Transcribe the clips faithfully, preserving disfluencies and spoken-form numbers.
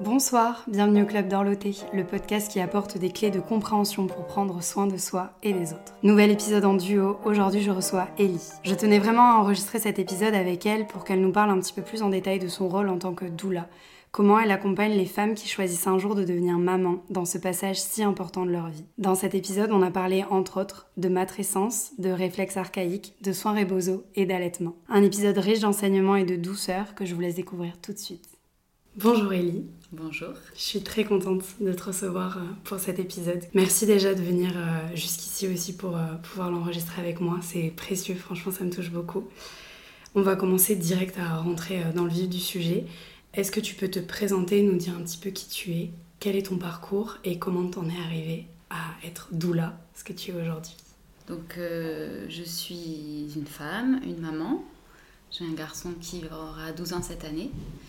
Bonsoir, bienvenue au Club d'Orloté, le podcast qui apporte des clés de compréhension pour prendre soin de soi et des autres. Nouvel épisode en duo, aujourd'hui je reçois Ellie. Je tenais vraiment à enregistrer cet épisode avec elle pour qu'elle nous parle un petit peu plus en détail de son rôle en tant que doula. Comment elle accompagne les femmes qui choisissent un jour de devenir maman dans ce passage si important de leur vie. Dans cet épisode, on a parlé entre autres de matrescence, de réflexes archaïques, de soins rébozos et d'allaitement. Un épisode riche d'enseignements et de douceur que je vous laisse découvrir tout de suite. Bonjour Ellie. Bonjour. Je suis très contente de te recevoir pour cet épisode. Merci déjà de venir jusqu'ici aussi pour pouvoir l'enregistrer avec moi. C'est précieux, franchement ça me touche beaucoup. On va commencer direct à rentrer dans le vif du sujet. Est-ce que tu peux te présenter, nous dire un petit peu qui tu es, quel est ton parcours et comment t'en es arrivée à être doula, ce que tu es aujourd'hui? Donc euh, je suis une femme, une maman. J'ai un garçon qui aura douze ans cette année.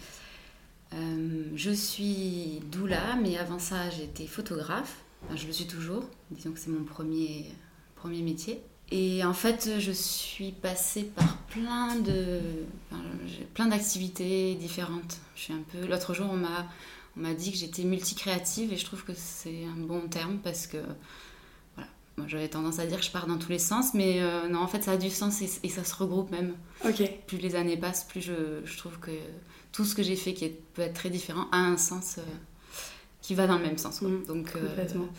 Euh, je suis doula, mais avant ça j'étais photographe. Enfin, je le suis toujours, disons que c'est mon premier, premier métier. Et en fait, je suis passée par plein de, enfin, j'ai plein d'activités différentes. Je suis un peu. L'autre jour, on m'a, on m'a dit que j'étais multicréative et je trouve que c'est un bon terme parce que, voilà, moi j'avais tendance à dire que je pars dans tous les sens, mais euh, non, en fait, ça a du sens et, et ça se regroupe même. Ok. Plus les années passent, plus je, je trouve que tout ce que j'ai fait, qui est, peut être très différent, a un sens euh, qui va dans le même sens. Quoi. Mmh, donc. Complètement. Euh,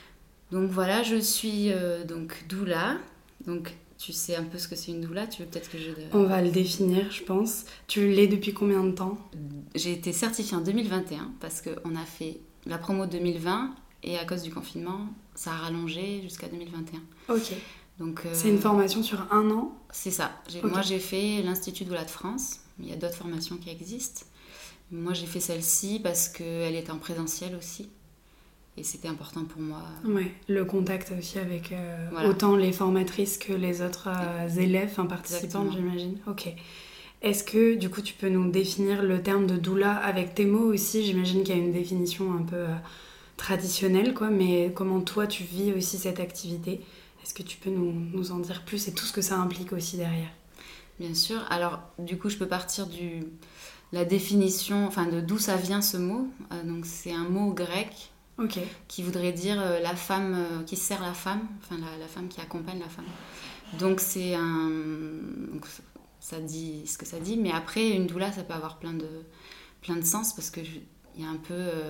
Donc voilà, je suis euh, donc doula. Donc tu sais un peu ce que c'est une doula, tu veux peut-être que je... On va le définir, je pense. Tu l'es depuis combien de temps? J'ai été certifiée en deux mille vingt et un parce qu'on a fait la promo deux mille vingt et à cause du confinement, ça a rallongé jusqu'à deux mille vingt et un. Ok. Donc, euh, c'est une formation sur un an? C'est ça. J'ai, okay. Moi j'ai fait l'Institut Doula de France, il y a d'autres formations qui existent. Moi j'ai fait celle-ci parce qu'elle était en présentiel aussi. Et c'était important pour moi. Ouais, le contact aussi avec euh, voilà. autant les formatrices que les autres euh, élèves, enfin participants, Exactement. j'imagine. Ok. Est-ce que, du coup, tu peux nous définir le terme de doula avec tes mots aussi? J'imagine qu'il y a une définition un peu euh, traditionnelle, quoi, mais comment toi, tu vis aussi cette activité? Est-ce que tu peux nous, nous en dire plus et tout ce que ça implique aussi derrière? Bien sûr. Alors, du coup, je peux partir du la définition, enfin, de d'où ça vient ce mot. Euh, donc, c'est un mot grec. Okay. Qui voudrait dire euh, la femme euh, qui sert la femme, enfin la, la femme qui accompagne la femme. Donc c'est un... Donc, ça dit ce que ça dit, mais après une doula ça peut avoir plein de, plein de sens parce qu'il y a un peu... Euh,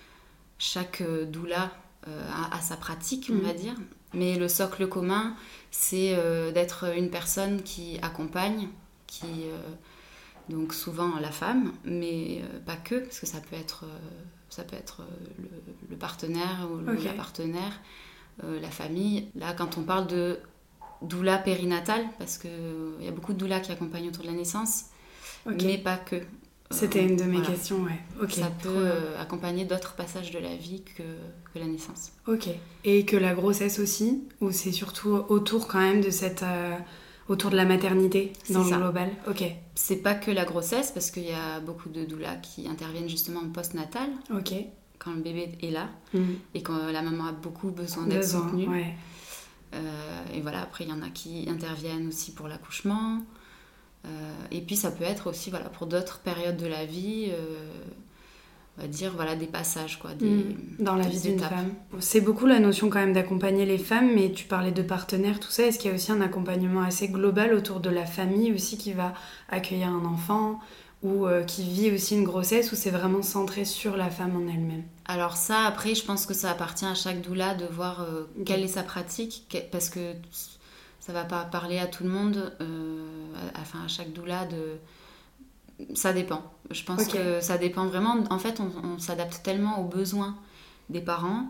chaque doula euh, a, a sa pratique, on mmh. va dire, mais le socle commun c'est euh, d'être une personne qui accompagne, qui... Euh, donc souvent la femme, mais euh, pas que, parce que ça peut être... Euh, Ça peut être le, le partenaire ou okay. la partenaire, euh, la famille. Là, quand on parle de doula périnatale, parce qu'il euh, y a beaucoup de doulas qui accompagnent autour de la naissance, okay. mais pas que. C'était euh, une de mes voilà. questions, ouais. Okay. Ça peut euh, accompagner d'autres passages de la vie que, que la naissance. Ok. Et que la grossesse aussi? Ou c'est surtout autour quand même de cette... Euh... autour de la maternité, dans c'est le ça. global? Ok. C'est pas que la grossesse, parce qu'il y a beaucoup de doulas qui interviennent justement en post-natal, ok. quand le bébé est là, mmh. et quand la maman a beaucoup besoin d'être besoin, soutenue. Ouais. Euh, et voilà, après, il y en a qui interviennent aussi pour l'accouchement. Euh, et puis, ça peut être aussi voilà, pour d'autres périodes de la vie... Euh, on va dire voilà des passages quoi des, mmh, dans la des vie d'une étapes. femme. C'est beaucoup la notion quand même d'accompagner les femmes, mais tu parlais de partenaires, tout ça. Est-ce qu'il y a aussi un accompagnement assez global autour de la famille aussi qui va accueillir un enfant ou euh, qui vit aussi une grossesse, ou c'est vraiment centré sur la femme en elle-même? Alors ça, après, je pense que ça appartient à chaque doula de voir euh, okay. quelle est sa pratique, parce que ça va pas parler à tout le monde, euh, à, enfin à chaque doula de... Ça dépend. Je pense okay. que ça dépend vraiment. En fait, on, on s'adapte tellement aux besoins des parents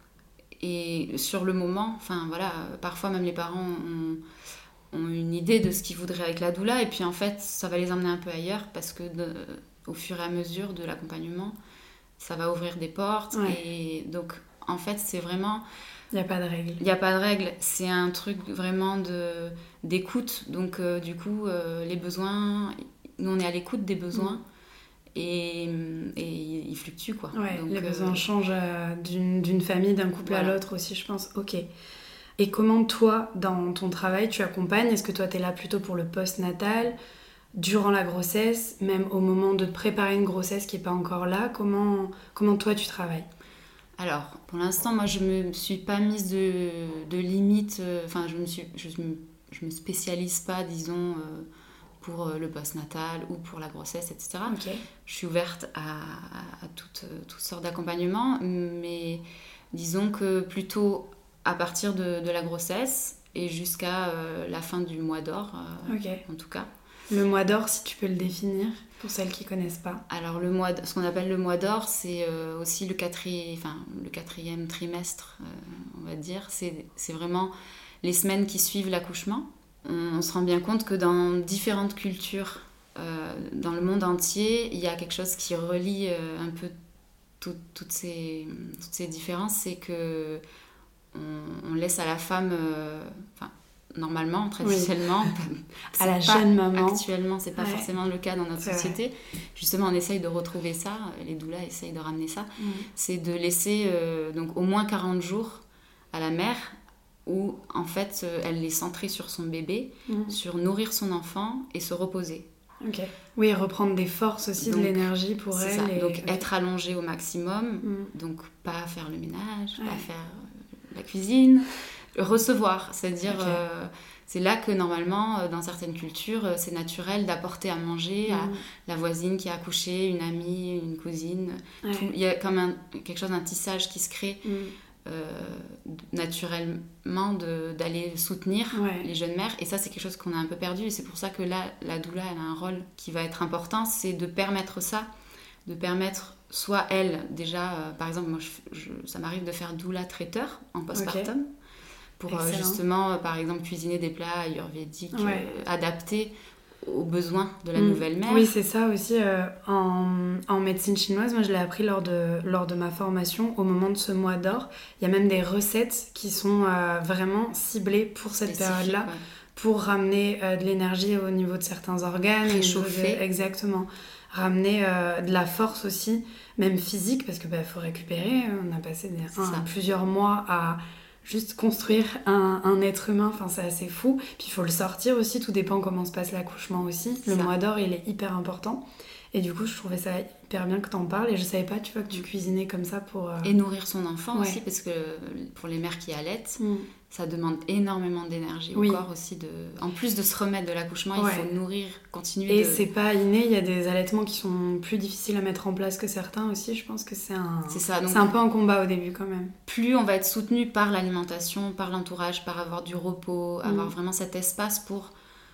et sur le moment, enfin voilà, parfois même les parents ont, ont une idée de ce qu'ils voudraient avec la doula et puis en fait, ça va les emmener un peu ailleurs parce que de, au fur et à mesure de l'accompagnement, ça va ouvrir des portes ouais. et donc en fait, c'est vraiment... Il n'y a pas de règle. Il n'y a pas de règle. C'est un truc vraiment de, d'écoute. Donc euh, du coup, euh, les besoins... Nous, on est à l'écoute des besoins mmh. et, et ils fluctuent, quoi. Ouais, donc, les euh... besoins changent euh, d'une, d'une famille, d'un couple voilà. à l'autre aussi, je pense. Ok. Et comment toi, dans ton travail, tu accompagnes? Est-ce que toi, tu es là plutôt pour le post-natal? durant la grossesse, même au moment de préparer une grossesse qui n'est pas encore là. Comment, comment toi tu travailles ? Alors, pour l'instant, moi, je ne me suis pas mise de, de limites. Enfin, je me suis, je me, je me spécialise pas, disons, euh, pour le postnatal ou pour la grossesse, et cetera. Okay. Je suis ouverte à, à, à toutes, toutes sortes d'accompagnements, mais disons que plutôt à partir de, de la grossesse et jusqu'à euh, la fin du mois d'or, euh, okay. en tout cas. Le mois d'or, si tu peux le définir, pour celles qui ne connaissent pas. Alors, le mois, ce qu'on appelle le mois d'or, c'est euh, aussi le, quatri... enfin, le quatrième trimestre, euh, on va dire. C'est, c'est vraiment les semaines qui suivent l'accouchement. On, on se rend bien compte que dans différentes cultures, euh, dans le monde entier, il y a quelque chose qui relie euh, un peu tout, toutes, ces, toutes ces différences. C'est que on, on laisse à la femme... Euh, normalement, traditionnellement, oui. à la jeune maman. Actuellement, c'est pas ouais. forcément le cas dans notre c'est société. Vrai. Justement, on essaye de retrouver ça, les doulas essayent de ramener ça. Mm. C'est de laisser euh, donc au moins quarante jours à la mère où en fait euh, elle est centrée sur son bébé, mm. sur nourrir son enfant et se reposer. Ok. Oui, reprendre des forces aussi, donc, de l'énergie pour c'est elle. Ça. Et... Donc okay. être allongée au maximum, mm. donc pas faire le ménage, ouais. pas faire euh, la cuisine. Recevoir, c'est-à-dire okay. euh, c'est là que normalement euh, dans certaines cultures euh, c'est naturel d'apporter à manger mmh. à la voisine qui a accouché, une amie, une cousine. Ouais. Tout, il y a comme un, quelque chose, un tissage qui se crée mmh. euh, naturellement de, d'aller soutenir ouais. les jeunes mères, et ça c'est quelque chose qu'on a un peu perdu, et c'est pour ça que là la doula elle a un rôle qui va être important, c'est de permettre ça, de permettre soit elle déjà, euh, par exemple moi je, je, ça m'arrive de faire doula traiteur en postpartum. Okay. Pour euh, justement, euh, par exemple, cuisiner des plats ayurvédiques ouais. euh, adaptés aux besoins de la mmh. nouvelle mère. Oui, c'est ça aussi. Euh, en, en médecine chinoise, moi je l'ai appris lors de, lors de ma formation, au moment de ce mois d'or. Il y a même des recettes qui sont euh, vraiment ciblées pour cette période-là, ouais. pour ramener euh, de l'énergie au niveau de certains organes. Réchauffer. De, exactement. Ramener euh, de la force aussi, même physique, parce qu'il bah, faut récupérer. On a passé des, un, plusieurs mois à... juste construire un, un être humain, enfin c'est assez fou. Puis il faut le sortir aussi, tout dépend comment se passe l'accouchement aussi. Le ça. mois d'or, il est hyper important. Et du coup, je trouvais ça hyper bien que t'en parles. Et je savais pas, tu vois, que tu cuisinais comme ça pour... Euh... Et nourrir son enfant ouais. aussi, parce que pour les mères qui allaitent, mm. ça demande énormément d'énergie oui. au corps aussi. De... En plus de se remettre de l'accouchement, ouais. il faut nourrir, continuer et de... Et c'est pas inné, il y a des allaitements qui sont plus difficiles à mettre en place que certains aussi. Je pense que c'est un, c'est ça, donc, c'est un peu un combat au début quand même. Plus on va être soutenu par l'alimentation, par l'entourage, par avoir du repos, mm. avoir vraiment cet espace pour...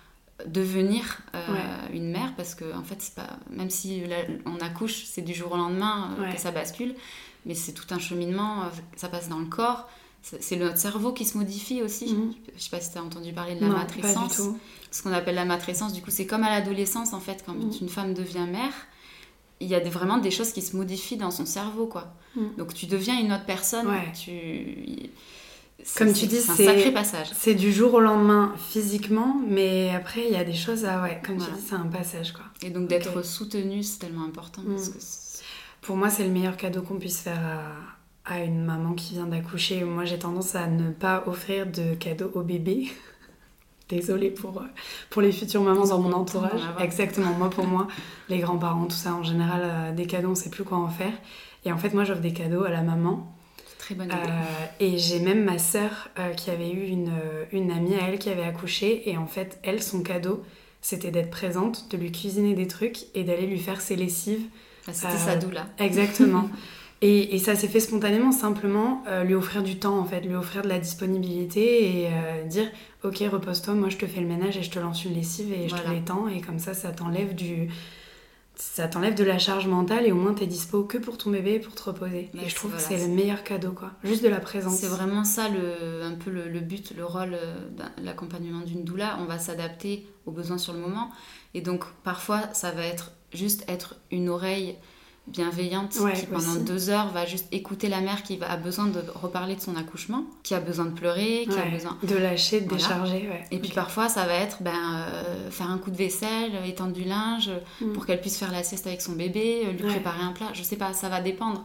devenir euh, ouais. une mère, parce que en fait c'est pas, même si la, on accouche c'est du jour au lendemain euh, ouais. que ça bascule, mais c'est tout un cheminement, euh, ça passe dans le corps, c'est, c'est notre cerveau qui se modifie aussi. Mm-hmm. Je sais pas si tu as entendu parler de la non, matrescence. pas du tout. Ce qu'on appelle la matrescence, du coup c'est comme à l'adolescence en fait, quand mm. une femme devient mère, il y a des, vraiment des choses qui se modifient dans son cerveau quoi. Mm. Donc tu deviens une autre personne, ouais. tu... C'est, comme tu dis, c'est un c'est, sacré passage. C'est du jour au lendemain physiquement, mais après il y a des choses à ouais, comme voilà. tu dis, c'est un passage quoi. Et donc d'être okay. soutenu, c'est tellement important. Mmh. Parce que c'est... Pour moi, c'est le meilleur cadeau qu'on puisse faire à, à une maman qui vient d'accoucher. Moi, j'ai tendance à ne pas offrir de cadeaux au bébé. Désolée pour, pour les futures mamans dans mon entourage. Exactement, moi pour moi, les grands-parents, tout ça, en général, euh, des cadeaux, on ne sait plus quoi en faire. Et en fait, moi, j'offre des cadeaux à la maman. Très bonne idée. Euh, et j'ai même ma sœur euh, qui avait eu une, une amie à elle qui avait accouché. Et en fait, elle, son cadeau, c'était d'être présente, de lui cuisiner des trucs et d'aller lui faire ses lessives. Ah, c'était euh, sa doula. Exactement. et, et ça s'est fait spontanément, simplement euh, lui offrir du temps, en fait, lui offrir de la disponibilité et euh, dire « Ok, repose-toi, moi je te fais le ménage et je te lance une lessive et je voilà. te l'étends. » Et comme ça, ça t'enlève du... ça t'enlève de la charge mentale et au moins t'es dispo que pour ton bébé et pour te reposer. Mais et je trouve voilà, que c'est, c'est le meilleur cadeau, quoi. Juste de la présence. C'est vraiment ça, le, un peu le, le but, le rôle de l'accompagnement d'une doula. On va s'adapter aux besoins sur le moment. Et donc, parfois, ça va être juste être une oreille bienveillante ouais, qui, pendant aussi. deux heures, va juste écouter la mère qui va, a besoin de reparler de son accouchement, qui a besoin de pleurer, qui ouais, a besoin... de lâcher, de voilà. décharger. Ouais. Et okay. puis parfois, ça va être ben, euh, faire un coup de vaisselle, étendre du linge, mm. pour qu'elle puisse faire la sieste avec son bébé, lui ouais. préparer un plat. Je sais pas, ça va dépendre.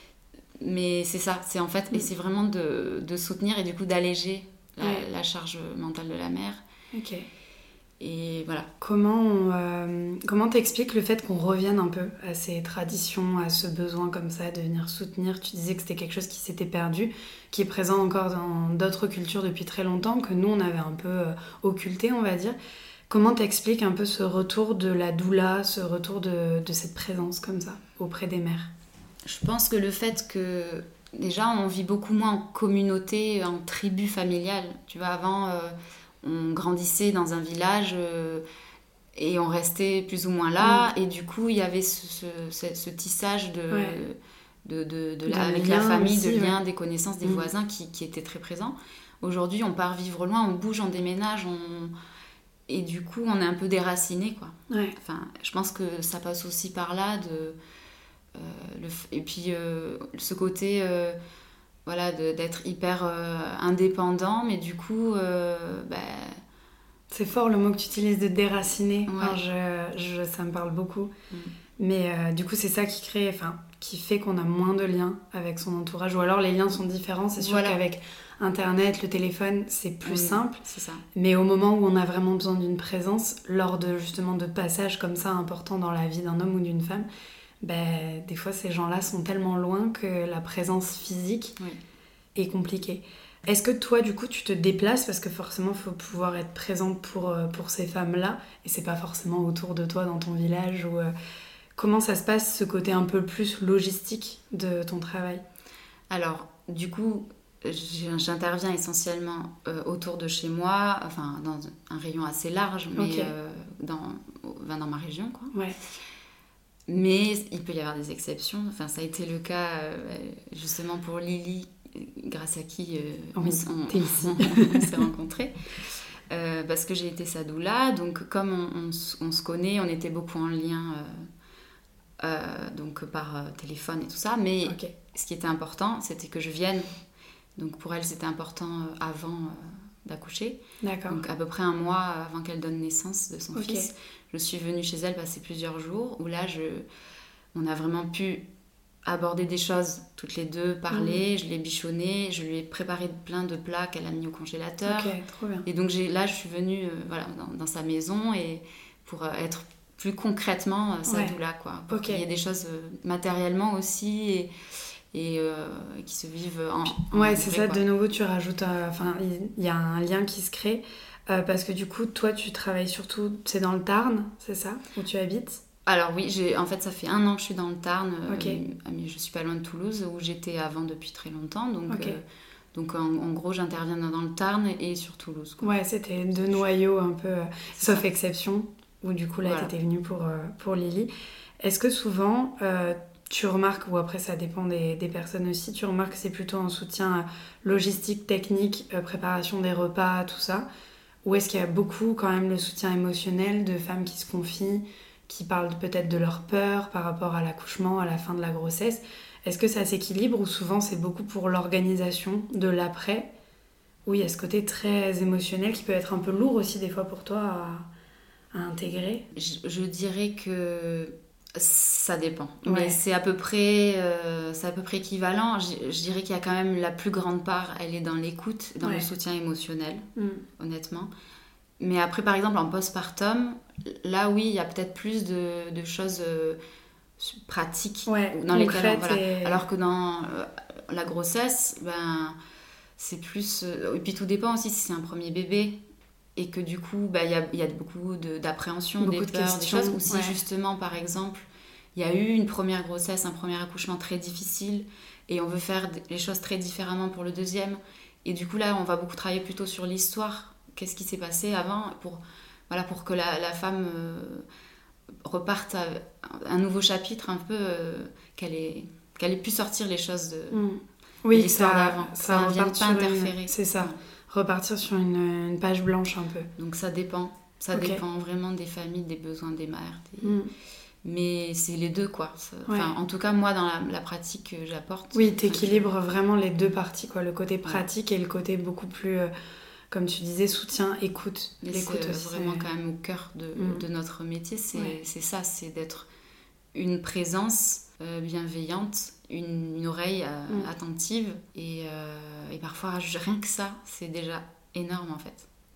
Mais c'est ça, c'est en fait... Mm. Et c'est vraiment de, de soutenir et du coup d'alléger la, ouais. la charge mentale de la mère. Ok. Et voilà. Comment, on, euh, comment t'expliques le fait qu'on revienne un peu à ces traditions, à ce besoin comme ça de venir soutenir? Tu disais que c'était quelque chose qui s'était perdu, qui est présent encore dans d'autres cultures depuis très longtemps, que nous on avait un peu euh, occulté, on va dire. Comment t'expliques un peu ce retour de la doula, ce retour de, de cette présence comme ça auprès des mères? Je pense que le fait que déjà on vit beaucoup moins en communauté, en tribu familiale. Tu vois, avant... Euh, on grandissait dans un village euh, et on restait plus ou moins là. Mmh. Et du coup, il y avait ce, ce, ce, ce tissage de, ouais. de, de, de la, avec la famille, aussi, de liens, ouais. des connaissances, des mmh. voisins qui, qui étaient très présents. Aujourd'hui, on part vivre loin, on bouge, on déménage. On... Et du coup, on est un peu déraciné, quoi. Ouais. Enfin, je pense que ça passe aussi par là. De, euh, le, et puis, euh, ce côté... Euh, Voilà, de, d'être hyper euh, indépendant, mais du coup... Euh, bah... C'est fort le mot que tu utilises de déraciner. Ouais. Enfin, je, je, ça me parle beaucoup. Mm. Mais euh, du coup, c'est ça qui crée, enfin, qui fait qu'on a moins de liens avec son entourage. Ou alors les liens sont différents. C'est sûr voilà. qu'avec Internet, le téléphone, c'est plus oui, simple. C'est ça. Mais au moment où on a vraiment besoin d'une présence, lors de justement de passages comme ça importants dans la vie d'un homme ou d'une femme, ben, des fois ces gens-là sont tellement loin que la présence physique oui. est compliquée. Est-ce que toi du coup tu te déplaces, parce que forcément il faut pouvoir être présente pour, pour ces femmes-là, et c'est pas forcément autour de toi dans ton village ou, euh, comment ça se passe, ce côté un peu plus logistique de ton travail? Alors du coup j'interviens essentiellement euh, autour de chez moi, enfin dans un rayon assez large, mais okay. euh, dans, dans ma région quoi. Ouais. Mais il peut y avoir des exceptions. Enfin, ça a été le cas euh, justement pour Lily, grâce à qui euh, oh, on, on, on, on s'est rencontrés. Euh, parce que j'ai été sa doula. Donc, comme on, on, on se connaît, on était beaucoup en lien euh, euh, donc par euh, téléphone et tout ça. Mais okay. ce qui était important, c'était que je vienne. Donc, pour elle, c'était important euh, avant euh, d'accoucher. D'accord. Donc, à peu près un mois avant qu'elle donne naissance de son okay. fils. Je suis venue chez elle passer plusieurs jours où là, je, on a vraiment pu aborder des choses toutes les deux, parler, mmh. je l'ai bichonnée, je lui ai préparé plein de plats qu'elle a mis au congélateur. Ok, trop bien. Et donc j'ai, là, je suis venue euh, voilà, dans, dans sa maison et pour euh, être plus concrètement euh, sa ouais. doula, quoi. Pour okay. qu'il y ait des choses euh, matériellement aussi et, et euh, qui se vivent en... en ouais, vrai, c'est ça, quoi. De nouveau, tu rajoutes... Enfin, euh, il y a un lien qui se crée. Euh, parce que du coup, toi, tu travailles surtout... C'est dans le Tarn, c'est ça? Où tu habites? Alors oui, j'ai, en fait, ça fait un an que je suis dans le Tarn. Okay. Euh, mais je suis pas loin de Toulouse, où j'étais avant depuis très longtemps. Donc, okay. euh, donc en, en gros, j'interviens dans le Tarn et sur Toulouse, quoi. Ouais, c'était deux noyaux un peu... C'est sauf ça. Exception, où du coup, là, voilà. t'étais venue pour, euh, pour Lily. Est-ce que souvent... Euh, tu remarques, ou après ça dépend des, des personnes aussi, tu remarques que c'est plutôt un soutien logistique, technique, euh, préparation des repas, tout ça? Ou est-ce qu'il y a beaucoup quand même le soutien émotionnel de femmes qui se confient, qui parlent peut-être de leur peur par rapport à l'accouchement, à la fin de la grossesse? Est-ce que ça s'équilibre ou souvent c'est beaucoup pour l'organisation de l'après, où il y a ce côté très émotionnel qui peut être un peu lourd aussi des fois pour toi à, à intégrer? je, je dirais que ça dépend, ouais. mais c'est à peu près, euh, c'est à peu près équivalent. Je, je dirais qu'il y a quand même la plus grande part, elle est dans l'écoute, dans ouais. le soutien émotionnel, mm. honnêtement. Mais après, par exemple, en postpartum, là, oui, il y a peut-être plus de, de choses euh, pratiques ouais, dans lesquelles, voilà. et... alors que dans euh, la grossesse, ben, c'est plus... Euh, et puis tout dépend aussi si c'est un premier bébé. Et que du coup, bah, y a, y a beaucoup de, d'appréhension, beaucoup des de peurs, questions, des choses. Ou si ouais. justement, par exemple, il y a eu une première grossesse, un premier accouchement très difficile, et on veut faire les choses très différemment pour le deuxième. Et du coup, là, on va beaucoup travailler plutôt sur l'histoire. Qu'est-ce qui s'est passé avant pour, voilà, pour que la, la femme euh, reparte à un nouveau chapitre, un peu, euh, qu'elle, ait, qu'elle ait pu sortir les choses de, mmh. oui, de l'histoire ça, d'avant. Ça, ça ne vienne pas interférer. Une, c'est ça. Ouais. Repartir sur une, une page blanche un peu. Donc ça dépend, ça okay. dépend vraiment des familles, des besoins des mères. Des... Mm. Mais c'est les deux, quoi. Ça, ouais. En tout cas, moi, dans la, la pratique que j'apporte... Oui, t'équilibres je... vraiment les deux parties, quoi. Le côté pratique ouais. et le côté beaucoup plus, euh, comme tu disais, soutien, écoute. Mais l'écoute c'est aussi, vraiment c'est... quand même au cœur de, mm. de notre métier. C'est, ouais. c'est ça, c'est d'être une présence euh, bienveillante, une, une oreille euh, mm. attentive et, euh, et parfois rien que ça c'est déjà énorme en fait.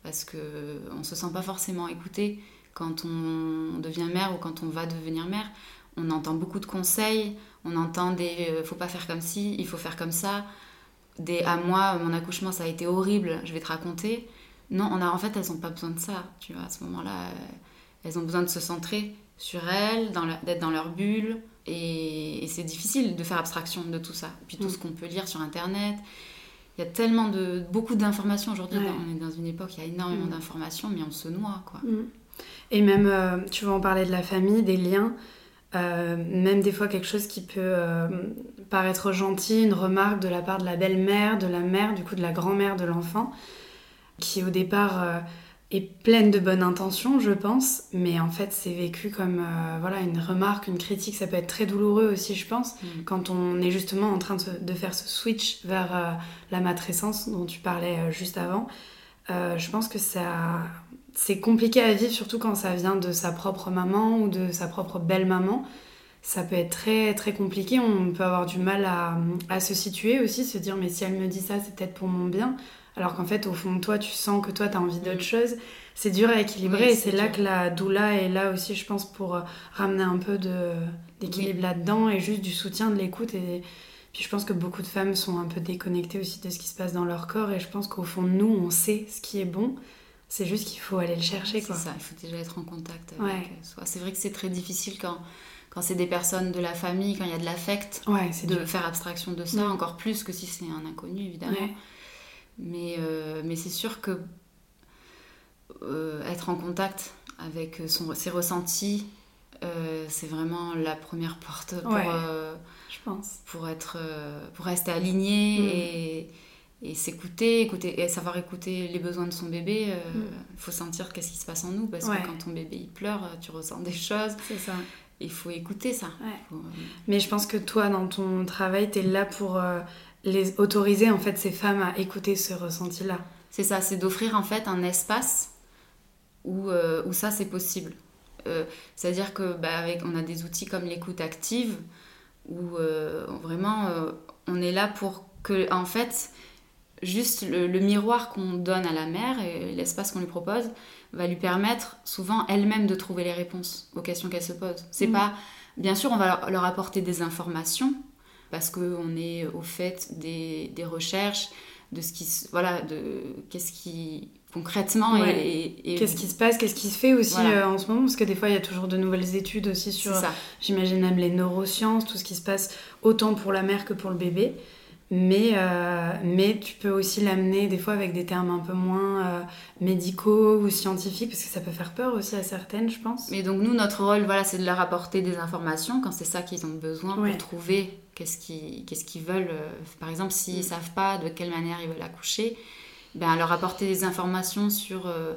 parce qu'on ne se sent pas forcément écouté quand on devient mère ou quand on va devenir mère. On entend beaucoup de conseils, on entend des euh, « faut pas faire comme ci, il faut faire comme ça », des « à moi, mon accouchement ça a été horrible, je vais te raconter ». Non, on a, en fait, elles n'ont pas besoin de ça, tu vois, à ce moment-là, elles ont besoin de se centrer sur elles, dans leur, d'être dans leur bulle, et, et c'est difficile de faire abstraction de tout ça. Puis tout mmh. ce qu'on peut lire sur Internet, il y a tellement de, beaucoup d'informations aujourd'hui, ouais. On est dans une époque, il y a énormément mmh. d'informations, mais on se noie, quoi. Mmh. Et même, euh, tu vas en parler de la famille, des liens, euh, même des fois quelque chose qui peut euh, paraître gentil, une remarque de la part de la belle-mère, de la mère, du coup de la grand-mère de l'enfant, qui au départ euh, est pleine de bonnes intentions, je pense, mais en fait c'est vécu comme euh, voilà, une remarque, une critique. Ça peut être très douloureux aussi, je pense, mmh. quand on est justement en train de, se, de faire ce switch vers euh, la matrescence dont tu parlais euh, juste avant. Euh, je pense que ça, c'est compliqué à vivre, surtout quand ça vient de sa propre maman ou de sa propre belle-maman. Ça peut être très, très compliqué, on peut avoir du mal à, à se situer aussi, se dire « mais si elle me dit ça, c'est peut-être pour mon bien ». Alors qu'en fait, au fond de toi, tu sens que toi, tu as envie d'autre chose. C'est dur à équilibrer, oui, et c'est, c'est là que la doula est là aussi, je pense, pour ramener un peu de, d'équilibre oui. là-dedans, et juste du soutien, de l'écoute. Et puis je pense que beaucoup de femmes sont un peu déconnectées aussi de ce qui se passe dans leur corps, et je pense qu'au fond de nous, on sait ce qui est bon. C'est juste qu'il faut aller le chercher, quoi. C'est ça, il faut déjà être en contact avec ouais. soi. C'est vrai que c'est très difficile quand, quand c'est des personnes de la famille, quand il y a de l'affect, ouais, c'est de dur. Faire abstraction de ça, ouais. encore plus que si c'est un inconnu, évidemment. Ouais. Mais, euh, mais c'est sûr que euh, être en contact avec son, ses ressentis, euh, c'est vraiment la première porte pour, ouais, euh, je pense. pour, être, euh, pour rester aligné mmh. et, et s'écouter, écouter, et savoir écouter les besoins de son bébé. Il euh, mmh. faut sentir qu'est-ce qui se passe en nous, parce ouais. que quand ton bébé il pleure, tu ressens des choses. C'est ça. Il faut écouter ça. Ouais. Faut, euh... Mais je pense que toi, dans ton travail, tu es là pour... Euh, les autoriser en fait ces femmes à écouter ce ressenti-là. C'est ça, c'est d'offrir en fait un espace où, euh, où ça c'est possible. Euh, c'est-à-dire que bah, avec, on a des outils comme l'écoute active où euh, vraiment euh, on est là pour que en fait juste le, le miroir qu'on donne à la mère et l'espace qu'on lui propose va lui permettre souvent elle-même de trouver les réponses aux questions qu'elle se pose. C'est mmh. pas, bien sûr on va leur, leur apporter des informations parce qu'on est au fait des, des recherches, de ce qui se, voilà, de qu'est-ce qui concrètement ouais. et, et qu'est-ce qui se passe, qu'est-ce qui se fait aussi voilà. euh, en ce moment, parce que des fois il y a toujours de nouvelles études aussi sur, j'imagine même les neurosciences, tout ce qui se passe autant pour la mère que pour le bébé. Mais, euh, mais tu peux aussi l'amener des fois avec des termes un peu moins euh, médicaux ou scientifiques, parce que ça peut faire peur aussi à certaines, je pense. Mais donc nous, notre rôle, voilà, c'est de leur apporter des informations quand c'est ça qu'ils ont besoin ouais. pour trouver qu'est-ce qu'ils, qu'est-ce qu'ils veulent. Par exemple, s'ils ne mmh. savent pas de quelle manière ils veulent accoucher, ben, leur apporter des informations sur euh,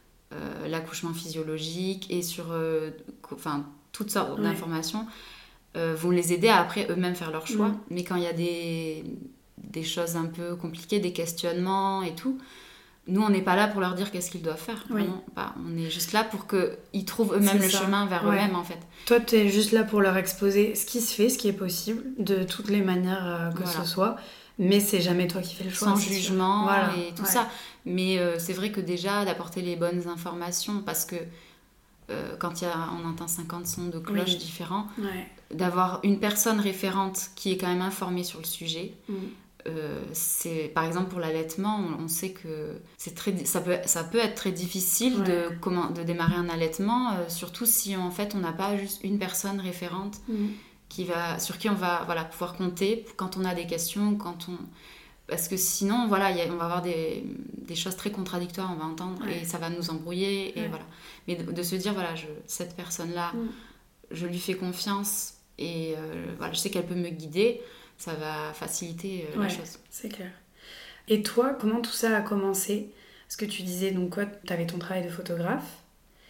euh, l'accouchement physiologique et sur euh, enfin, toutes sortes ouais. d'informations. Euh, vont les aider à après eux-mêmes faire leur choix. Mmh. Mais quand il y a des, des choses un peu compliquées, des questionnements et tout, nous, on n'est pas là pour leur dire qu'est-ce qu'ils doivent faire. Oui. Vraiment, pas. On est juste là pour qu'ils trouvent eux-mêmes le chemin vers ouais. eux-mêmes, en fait. Toi, tu es juste là pour leur exposer ce qui se fait, ce qui est possible, de toutes les manières euh, que voilà. ce soit. Mais c'est jamais toi qui fais le choix. Sans jugement voilà. et tout ouais. ça. Mais euh, c'est vrai que déjà, d'apporter les bonnes informations, parce que euh, quand y a, on entend cinquante sons de cloches oui. différents, ouais. d'avoir une personne référente qui est quand même informée sur le sujet. Mm. Euh, c'est, par exemple, pour l'allaitement, on, on sait que c'est très, ça, peut, ça peut être très difficile ouais. de, comment, de démarrer un allaitement, euh, surtout si en fait, on n'a pas juste une personne référente mm. qui va, sur qui on va voilà, pouvoir compter quand on a des questions, quand on... Parce que sinon, voilà, y a, on va avoir des, des choses très contradictoires, on va entendre, ouais. et ça va nous embrouiller. Et ouais. voilà. Mais de, de se dire, voilà, je, cette personne-là, mm. je lui fais confiance, et euh, voilà, je sais qu'elle peut me guider, ça va faciliter euh, ouais, la chose. C'est clair. Et toi, comment tout ça a commencé ? Parce que tu disais, donc quoi, tu avais ton travail de photographe.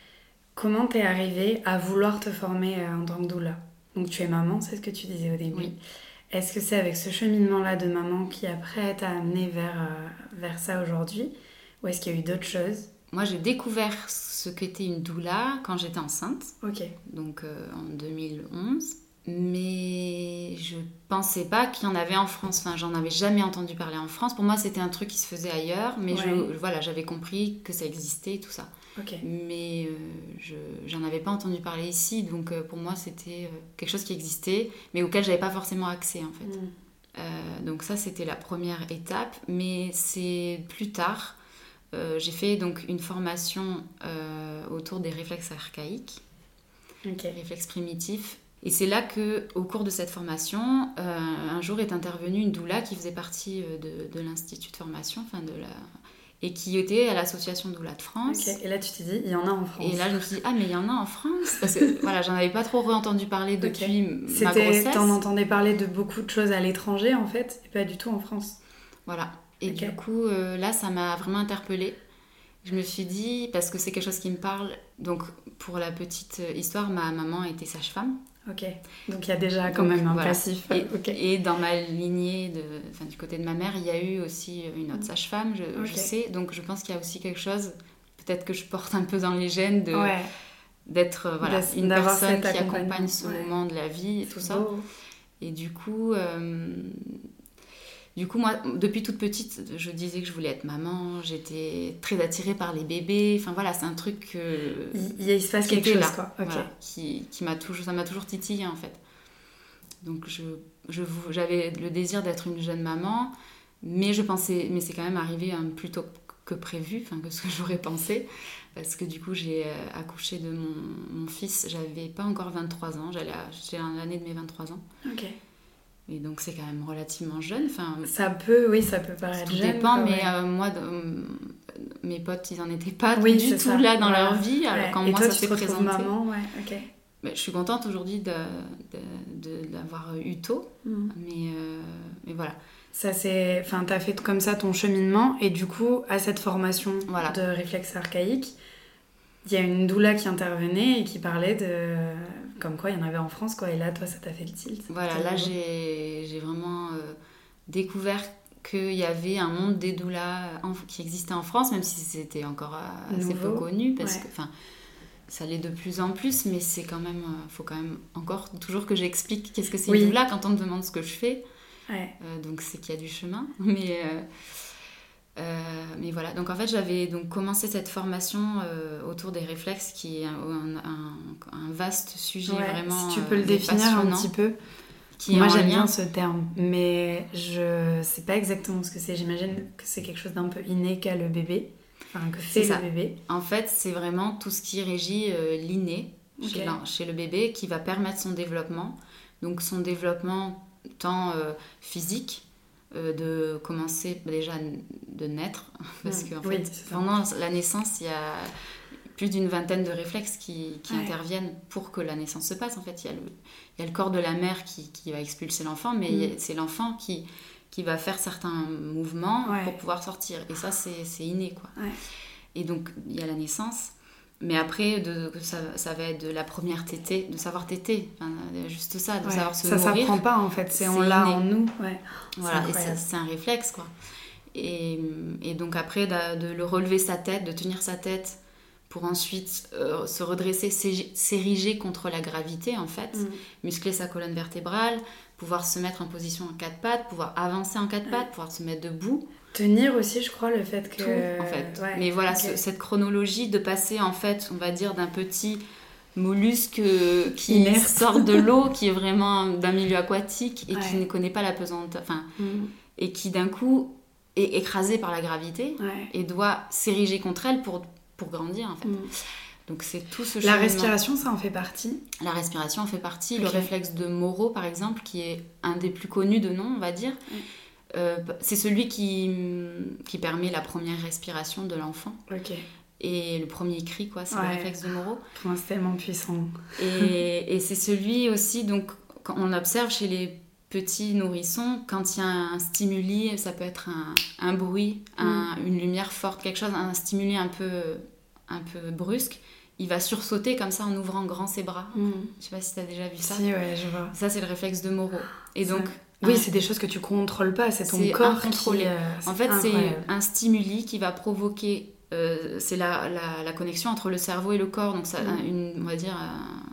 Comment t'es arrivée à vouloir te former en tant que doula ? Donc tu es maman, c'est ce que tu disais au début. Oui. Est-ce que c'est avec ce cheminement-là de maman qui après t'a amené vers, euh, vers ça aujourd'hui ? Ou est-ce qu'il y a eu d'autres choses ? Moi, j'ai découvert ce qu'était une doula quand j'étais enceinte. Ok. Donc euh, en deux mille onze. Mais je pensais pas qu'il y en avait en France. Enfin, j'en avais jamais entendu parler en France. Pour moi, c'était un truc qui se faisait ailleurs, mais ouais. je, voilà, j'avais compris que ça existait et tout ça. Okay. Mais euh, je j'en avais pas entendu parler ici, donc euh, pour moi, c'était euh, quelque chose qui existait, mais auquel j'avais pas forcément accès, en fait. Mm. Euh, donc ça, c'était la première étape, mais c'est plus tard. Euh, j'ai fait donc une formation euh, autour des réflexes archaïques, okay. réflexes primitifs. Et c'est là qu'au cours de cette formation, euh, un jour est intervenue une doula qui faisait partie de, de l'institut de formation, enfin de la... et qui était à l'association Doula de France. Okay. Et là, tu t'es dit, il y en a en France. Et là, je me suis dit, ah, mais il y en a en France. Parce que voilà, j'en avais pas trop entendu parler depuis okay. ma grossesse. T'en entendais parler de beaucoup de choses à l'étranger, en fait, et pas du tout en France. Voilà. Et okay. du coup, euh, là, ça m'a vraiment interpellée. Je me suis dit, parce que c'est quelque chose qui me parle. Donc, pour la petite histoire, ma maman était sage-femme. Ok, donc il y a déjà quand donc, même un voilà. passif. Et, okay. et dans ma lignée, de, enfin, du côté de ma mère, il y a eu aussi une autre sage-femme, je, okay. je sais. Donc je pense qu'il y a aussi quelque chose, peut-être que je porte un peu dans les gènes, de, ouais. d'être voilà, une personne qui accompagne ce ouais. moment de la vie et tout ça. Beau. Et du coup, euh, du coup, moi, depuis toute petite, je disais que je voulais être maman. J'étais très attirée par les bébés. Enfin voilà, c'est un truc que il, il se passe quelque chose, là, quoi. Okay. Voilà, qui, qui m'a toujours, ça m'a toujours titillée en fait. Donc je, je, j'avais le désir d'être une jeune maman, mais je pensais, mais c'est quand même arrivé hein, plus tôt que prévu, enfin que ce que j'aurais pensé, parce que du coup j'ai accouché de mon, mon fils. J'avais pas encore vingt-trois ans. J'allais, à, j'étais à l'année de mes vingt-trois ans. Ok. Et donc c'est quand même relativement jeune. Enfin, ça peut, oui, ça peut paraître jeune. Ça dépend, quoi, mais ouais. euh, moi, euh, mes potes, ils n'en étaient pas oui, du tout ça. là dans ouais. leur vie. Alors ouais. quand Et moi toi, ça s'est présenté. Maman, ouais, ok. Mais je suis contente aujourd'hui de, de, de, d'avoir eu tôt, mm. mais, euh, mais voilà. Ça c'est, enfin, t'as fait comme ça ton cheminement, et du coup, à cette formation voilà. de réflexe archaïque, il y a une doula qui intervenait et qui parlait de... Comme quoi, il y en avait en France, quoi. Et là, toi, ça t'a fait le tilt. Voilà, là, j'ai, j'ai vraiment euh, découvert qu'il y avait un monde des doulas en, qui existait en France, même si c'était encore assez Nouveau. peu connu, parce ouais. que, enfin, ça l'est de plus en plus, mais c'est quand même... Il euh, faut quand même encore toujours que j'explique qu'est-ce que c'est oui. une doula quand on me demande ce que je fais. Ouais. Euh, donc, c'est qu'il y a du chemin. Mais... Euh, Euh, mais voilà, donc en fait j'avais donc commencé cette formation euh, autour des réflexes qui est un, un, un vaste sujet ouais, vraiment. Si tu peux le définir un petit peu. Qui Moi j'aime lien. bien ce terme, mais je sais pas exactement ce que c'est. J'imagine que c'est quelque chose d'un peu inné qu'a le bébé, enfin que fait c'est le bébé. En fait c'est vraiment tout ce qui régit euh, l'inné okay. chez, chez le bébé qui va permettre son développement, donc son développement tant euh, physique. Euh, de commencer déjà de naître parce qu'en oui, fait pendant la naissance il y a plus d'une vingtaine de réflexes qui, qui ouais. interviennent pour que la naissance se passe. En fait il y a le, il y a le corps de la mère qui, qui va expulser l'enfant, mais mm. c'est l'enfant qui, qui va faire certains mouvements ouais. pour pouvoir sortir, et ça c'est, c'est inné quoi. Ouais. Et donc il y a la naissance. Mais après, de, ça, ça va être de la première tétée, de savoir téter, enfin, juste ça, de ouais, savoir se ça nourrir. Ça s'apprend pas en fait, c'est, c'est on l'a inné. En nous. Ouais. Voilà, et ça, c'est un réflexe quoi. Et, et donc après, de, de le relever sa tête, de tenir sa tête pour ensuite euh, se redresser, s'ériger contre la gravité en fait, mm. muscler sa colonne vertébrale, pouvoir se mettre en position en quatre pattes, pouvoir avancer en quatre ouais. pattes, pouvoir se mettre debout. Tenir aussi, je crois, le fait que... Tout, en fait. Ouais, mais voilà, okay. ce, cette chronologie de passer, en fait, on va dire, d'un petit mollusque qui Inerte. sort de l'eau, qui est vraiment d'un milieu aquatique et ouais. qui ne connaît pas la pesanteur, enfin, mm. et qui, d'un coup, est écrasé par la gravité ouais. et doit s'ériger contre elle pour, pour grandir, en fait. Mm. Donc, c'est tout ce La cheminement. Respiration, ça en fait partie. La respiration en fait partie. Okay. Le réflexe de Moreau, par exemple, qui est un des plus connus de nom, on va dire, ouais. Euh, c'est celui qui, qui permet la première respiration de l'enfant. Ok. Et le premier cri, quoi, c'est ouais. le réflexe de Moreau. Pour moi, c'est tellement puissant. Et, et c'est celui aussi, donc, quand on observe chez les petits nourrissons, quand il y a un stimuli, ça peut être un, un bruit, un, mm. une lumière forte, quelque chose, un stimuli un peu, un peu brusque, il va sursauter comme ça en ouvrant grand ses bras. Mm. Je sais pas si tu as déjà vu ça. Si, ouais, je vois. Ça, c'est le réflexe de Moreau. Et donc... Oui, un... c'est des choses que tu contrôles pas, c'est ton c'est corps incontrôlé. qui... Euh, en fait, incroyable. C'est un stimuli qui va provoquer... Euh, c'est la, la, la connexion entre le cerveau et le corps. Donc, ça, mm. une, on va dire... Un,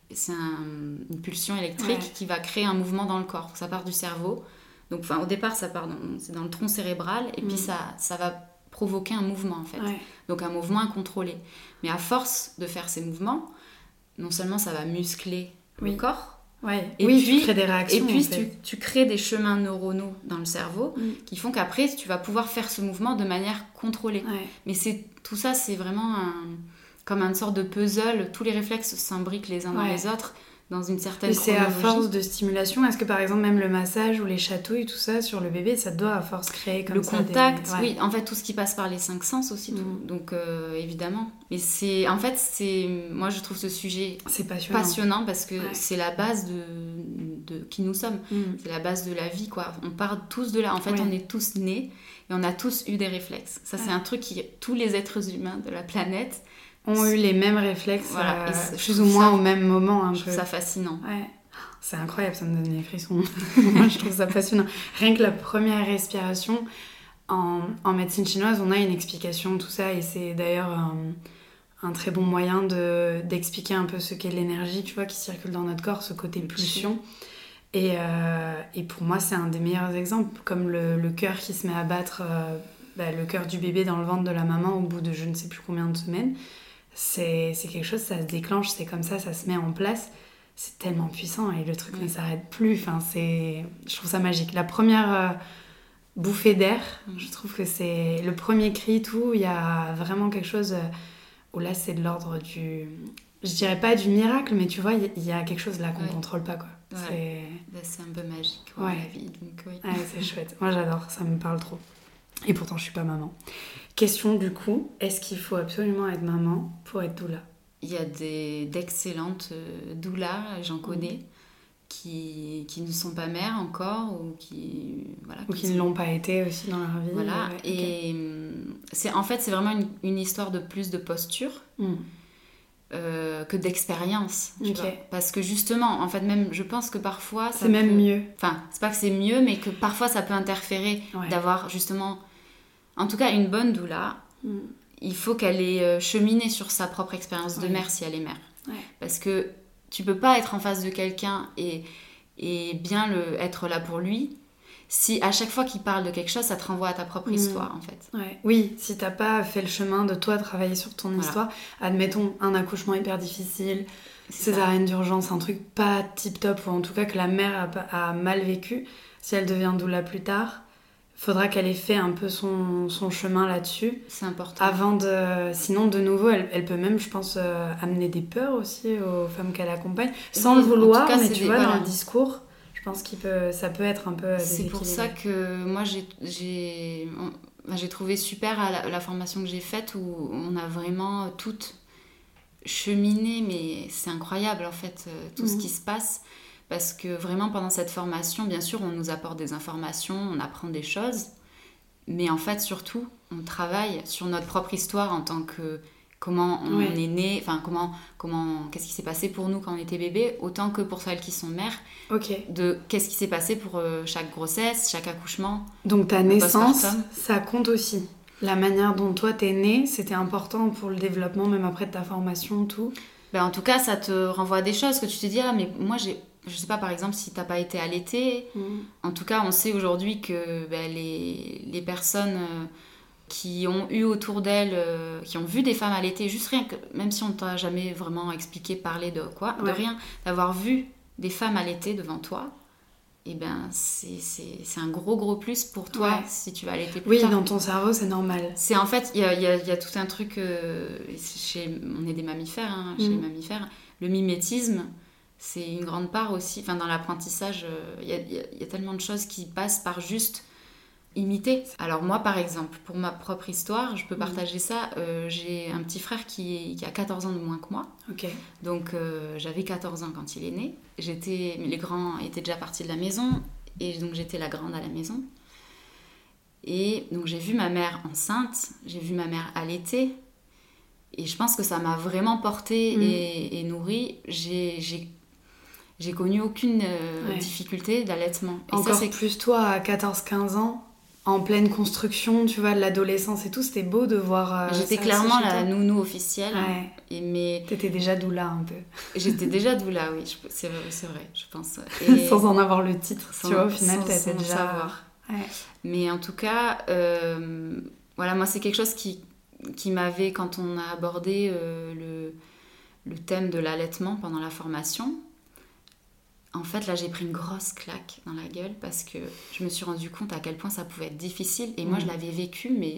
c'est un, une pulsion électrique ouais. qui va créer un mouvement dans le corps. Ça part du cerveau. Donc, enfin, au départ, ça part dans, c'est dans le tronc cérébral et mmh. puis ça, ça va provoquer un mouvement, en fait. Ouais. Donc, un mouvement incontrôlé. Mais à force de faire ces mouvements, non seulement ça va muscler oui. le corps, ouais. et oui, puis, tu crées des réactions. Et puis, en fait. tu, tu crées des chemins neuronaux dans le cerveau mmh. qui font qu'après, tu vas pouvoir faire ce mouvement de manière contrôlée. Ouais. Mais c'est, tout ça, c'est vraiment un, comme une sorte de puzzle. Tous les réflexes s'imbriquent les uns ouais. dans les autres. Dans une certaine mais c'est à force de stimulation. Est-ce que par exemple même le massage ou les chatouilles, tout ça sur le bébé, ça doit à force créer comme le ça le contact, des... ouais. oui, en fait tout ce qui passe par les cinq sens aussi, mmh. tout. Donc euh, évidemment. Mais c'est, en fait c'est, moi je trouve ce sujet c'est passionnant. passionnant parce que ouais. c'est la base de, de qui nous sommes. Mmh. C'est la base de la vie, quoi. On part tous de là. En fait, ouais. on est tous nés et on a tous eu des réflexes. Ça ouais. c'est un truc qui tous les êtres humains de la planète ont eu les mêmes réflexes, voilà, euh, plus ou moins ça, au même moment. Un je peu. trouve ça fascinant. Ouais. C'est incroyable, ça me donne des frissons. Moi, je trouve ça passionnant. Rien que la première respiration, en, en médecine chinoise, on a une explication, tout ça, et c'est d'ailleurs un, un très bon moyen de, d'expliquer un peu ce qu'est l'énergie, tu vois, qui circule dans notre corps, ce côté pulsion. Et, euh, et pour moi, c'est un des meilleurs exemples, comme le, le cœur qui se met à battre, euh, bah, le cœur du bébé dans le ventre de la maman au bout de je ne sais plus combien de semaines. C'est, c'est quelque chose, ça se déclenche, c'est comme ça, ça se met en place. C'est tellement puissant et le truc mmh. ne s'arrête plus. Enfin, c'est... Je trouve ça magique. La première euh, bouffée d'air, mmh. je trouve que c'est le premier cri, tout. Il y a vraiment quelque chose euh, où là, c'est de l'ordre du... Je dirais pas du miracle, mais tu vois, il y, y a quelque chose là qu'on ne ouais. contrôle pas, quoi. Ouais. C'est... Bah, c'est un peu magique, ouais, ouais. la vie. Donc, oui. Ouais, c'est chouette. Moi, j'adore. Ça me parle trop. Et pourtant, je suis pas maman. Question du coup, est-ce qu'il faut absolument être maman pour être doula ? Il y a des, d'excellentes euh, doulas, j'en connais, mmh. qui, qui ne sont pas mères encore ou qui... Voilà, ou qui, qui ne l'ont pas été aussi dans leur vie. Voilà, ouais, et okay. c'est, en fait, c'est vraiment une, une histoire de plus de posture mmh. euh, que d'expérience. Tu okay. vois. Parce que justement, en fait, même, je pense que parfois... Ça c'est même peut... mieux. Enfin, c'est pas que c'est mieux, mais que parfois ça peut interférer ouais. d'avoir justement... En tout cas, une bonne doula, mmh. il faut qu'elle ait cheminé sur sa propre expérience de ouais. mère si elle est mère. Ouais. Parce que tu peux pas être en face de quelqu'un et, et bien le, être là pour lui si à chaque fois qu'il parle de quelque chose, ça te renvoie à ta propre mmh. histoire, en fait. Ouais. Oui, si t'as pas fait le chemin de toi travailler sur ton voilà. histoire, admettons un accouchement hyper difficile, c'est césarienne ça. D'urgence, un truc pas tip-top, ou en tout cas que la mère a, a mal vécu, si elle devient doula plus tard, faudra qu'elle ait fait un peu son, son chemin là-dessus. C'est important. Avant de... Sinon, de nouveau, elle, elle peut même, je pense, euh, amener des peurs aussi aux femmes qu'elle accompagne, sans oui, le vouloir, cas, mais tu des... vois, voilà. dans le discours, je pense qu'il peut, ça peut être un peu c'est pour ça que moi, j'ai, j'ai, j'ai trouvé super à la, la formation que j'ai faite, où on a vraiment toutes cheminé, mais c'est incroyable, en fait, tout mmh. ce qui se passe. Parce que vraiment, pendant cette formation, bien sûr, on nous apporte des informations, on apprend des choses. Mais en fait, surtout, on travaille sur notre propre histoire en tant que... Comment on ouais. est né, enfin, comment, comment, qu'est-ce qui s'est passé pour nous quand on était bébé, autant que pour celles qui sont mères. Okay. De qu'est-ce qui s'est passé pour euh, chaque grossesse, chaque accouchement. Donc ta naissance, ça compte aussi. La manière dont toi, t'es née, c'était important pour le développement, même après de ta formation, tout. Ben, en tout cas, ça te renvoie à des choses que tu te dis, ah, mais moi, j'ai... Je sais pas, par exemple, si t'as pas été allaitée. Mmh. En tout cas, on sait aujourd'hui que ben, les, les personnes euh, qui ont eu autour d'elles, euh, qui ont vu des femmes allaitées, juste rien que, même si on t'a jamais vraiment expliqué, parlé de quoi, ouais. de rien, d'avoir vu des femmes allaitées devant toi, et ben c'est, c'est, c'est un gros gros plus pour toi ouais. si tu vas allaiter plus oui, tard. Oui, dans ton cerveau, c'est normal. C'est en fait, il y a, y, a, y a tout un truc, euh, chez, on est des mammifères, hein, chez mmh. les mammifères, le mimétisme, c'est une grande part aussi, enfin dans l'apprentissage, il euh, y, y, y a tellement de choses qui passent par juste imiter. Alors moi par exemple, pour ma propre histoire, je peux partager mmh. ça, euh, j'ai un petit frère qui, qui a quatorze ans de moins que moi, okay. donc euh, j'avais quatorze ans quand il est né, j'étais, les grands étaient déjà partis de la maison, et donc j'étais la grande à la maison, et donc j'ai vu ma mère enceinte, j'ai vu ma mère allaiter, et je pense que ça m'a vraiment portée mmh. et, et nourrie. J'ai, j'ai J'ai connu aucune euh, ouais. difficulté d'allaitement. Et encore ça, c'est... plus toi, à quatorze quinze ans, en pleine construction, tu vois, de l'adolescence et tout. C'était beau de voir euh, J'étais ça clairement aussi chez la toi. nounou officielle. Ouais. Et mais... T'étais déjà doula un peu. J'étais déjà doula, oui, je- c'est vrai, c'est vrai, je pense. Et sans en avoir le titre, sans, tu vois, au final, sans, t'étais sans déjà... savoir. Ouais. Mais en tout cas, euh, voilà, moi, c'est quelque chose qui, qui m'avait, quand on a abordé euh, le, le thème de l'allaitement pendant la formation, en fait, là, j'ai pris une grosse claque dans la gueule parce que je me suis rendu compte à quel point ça pouvait être difficile. Et mmh. moi, je l'avais vécu, mais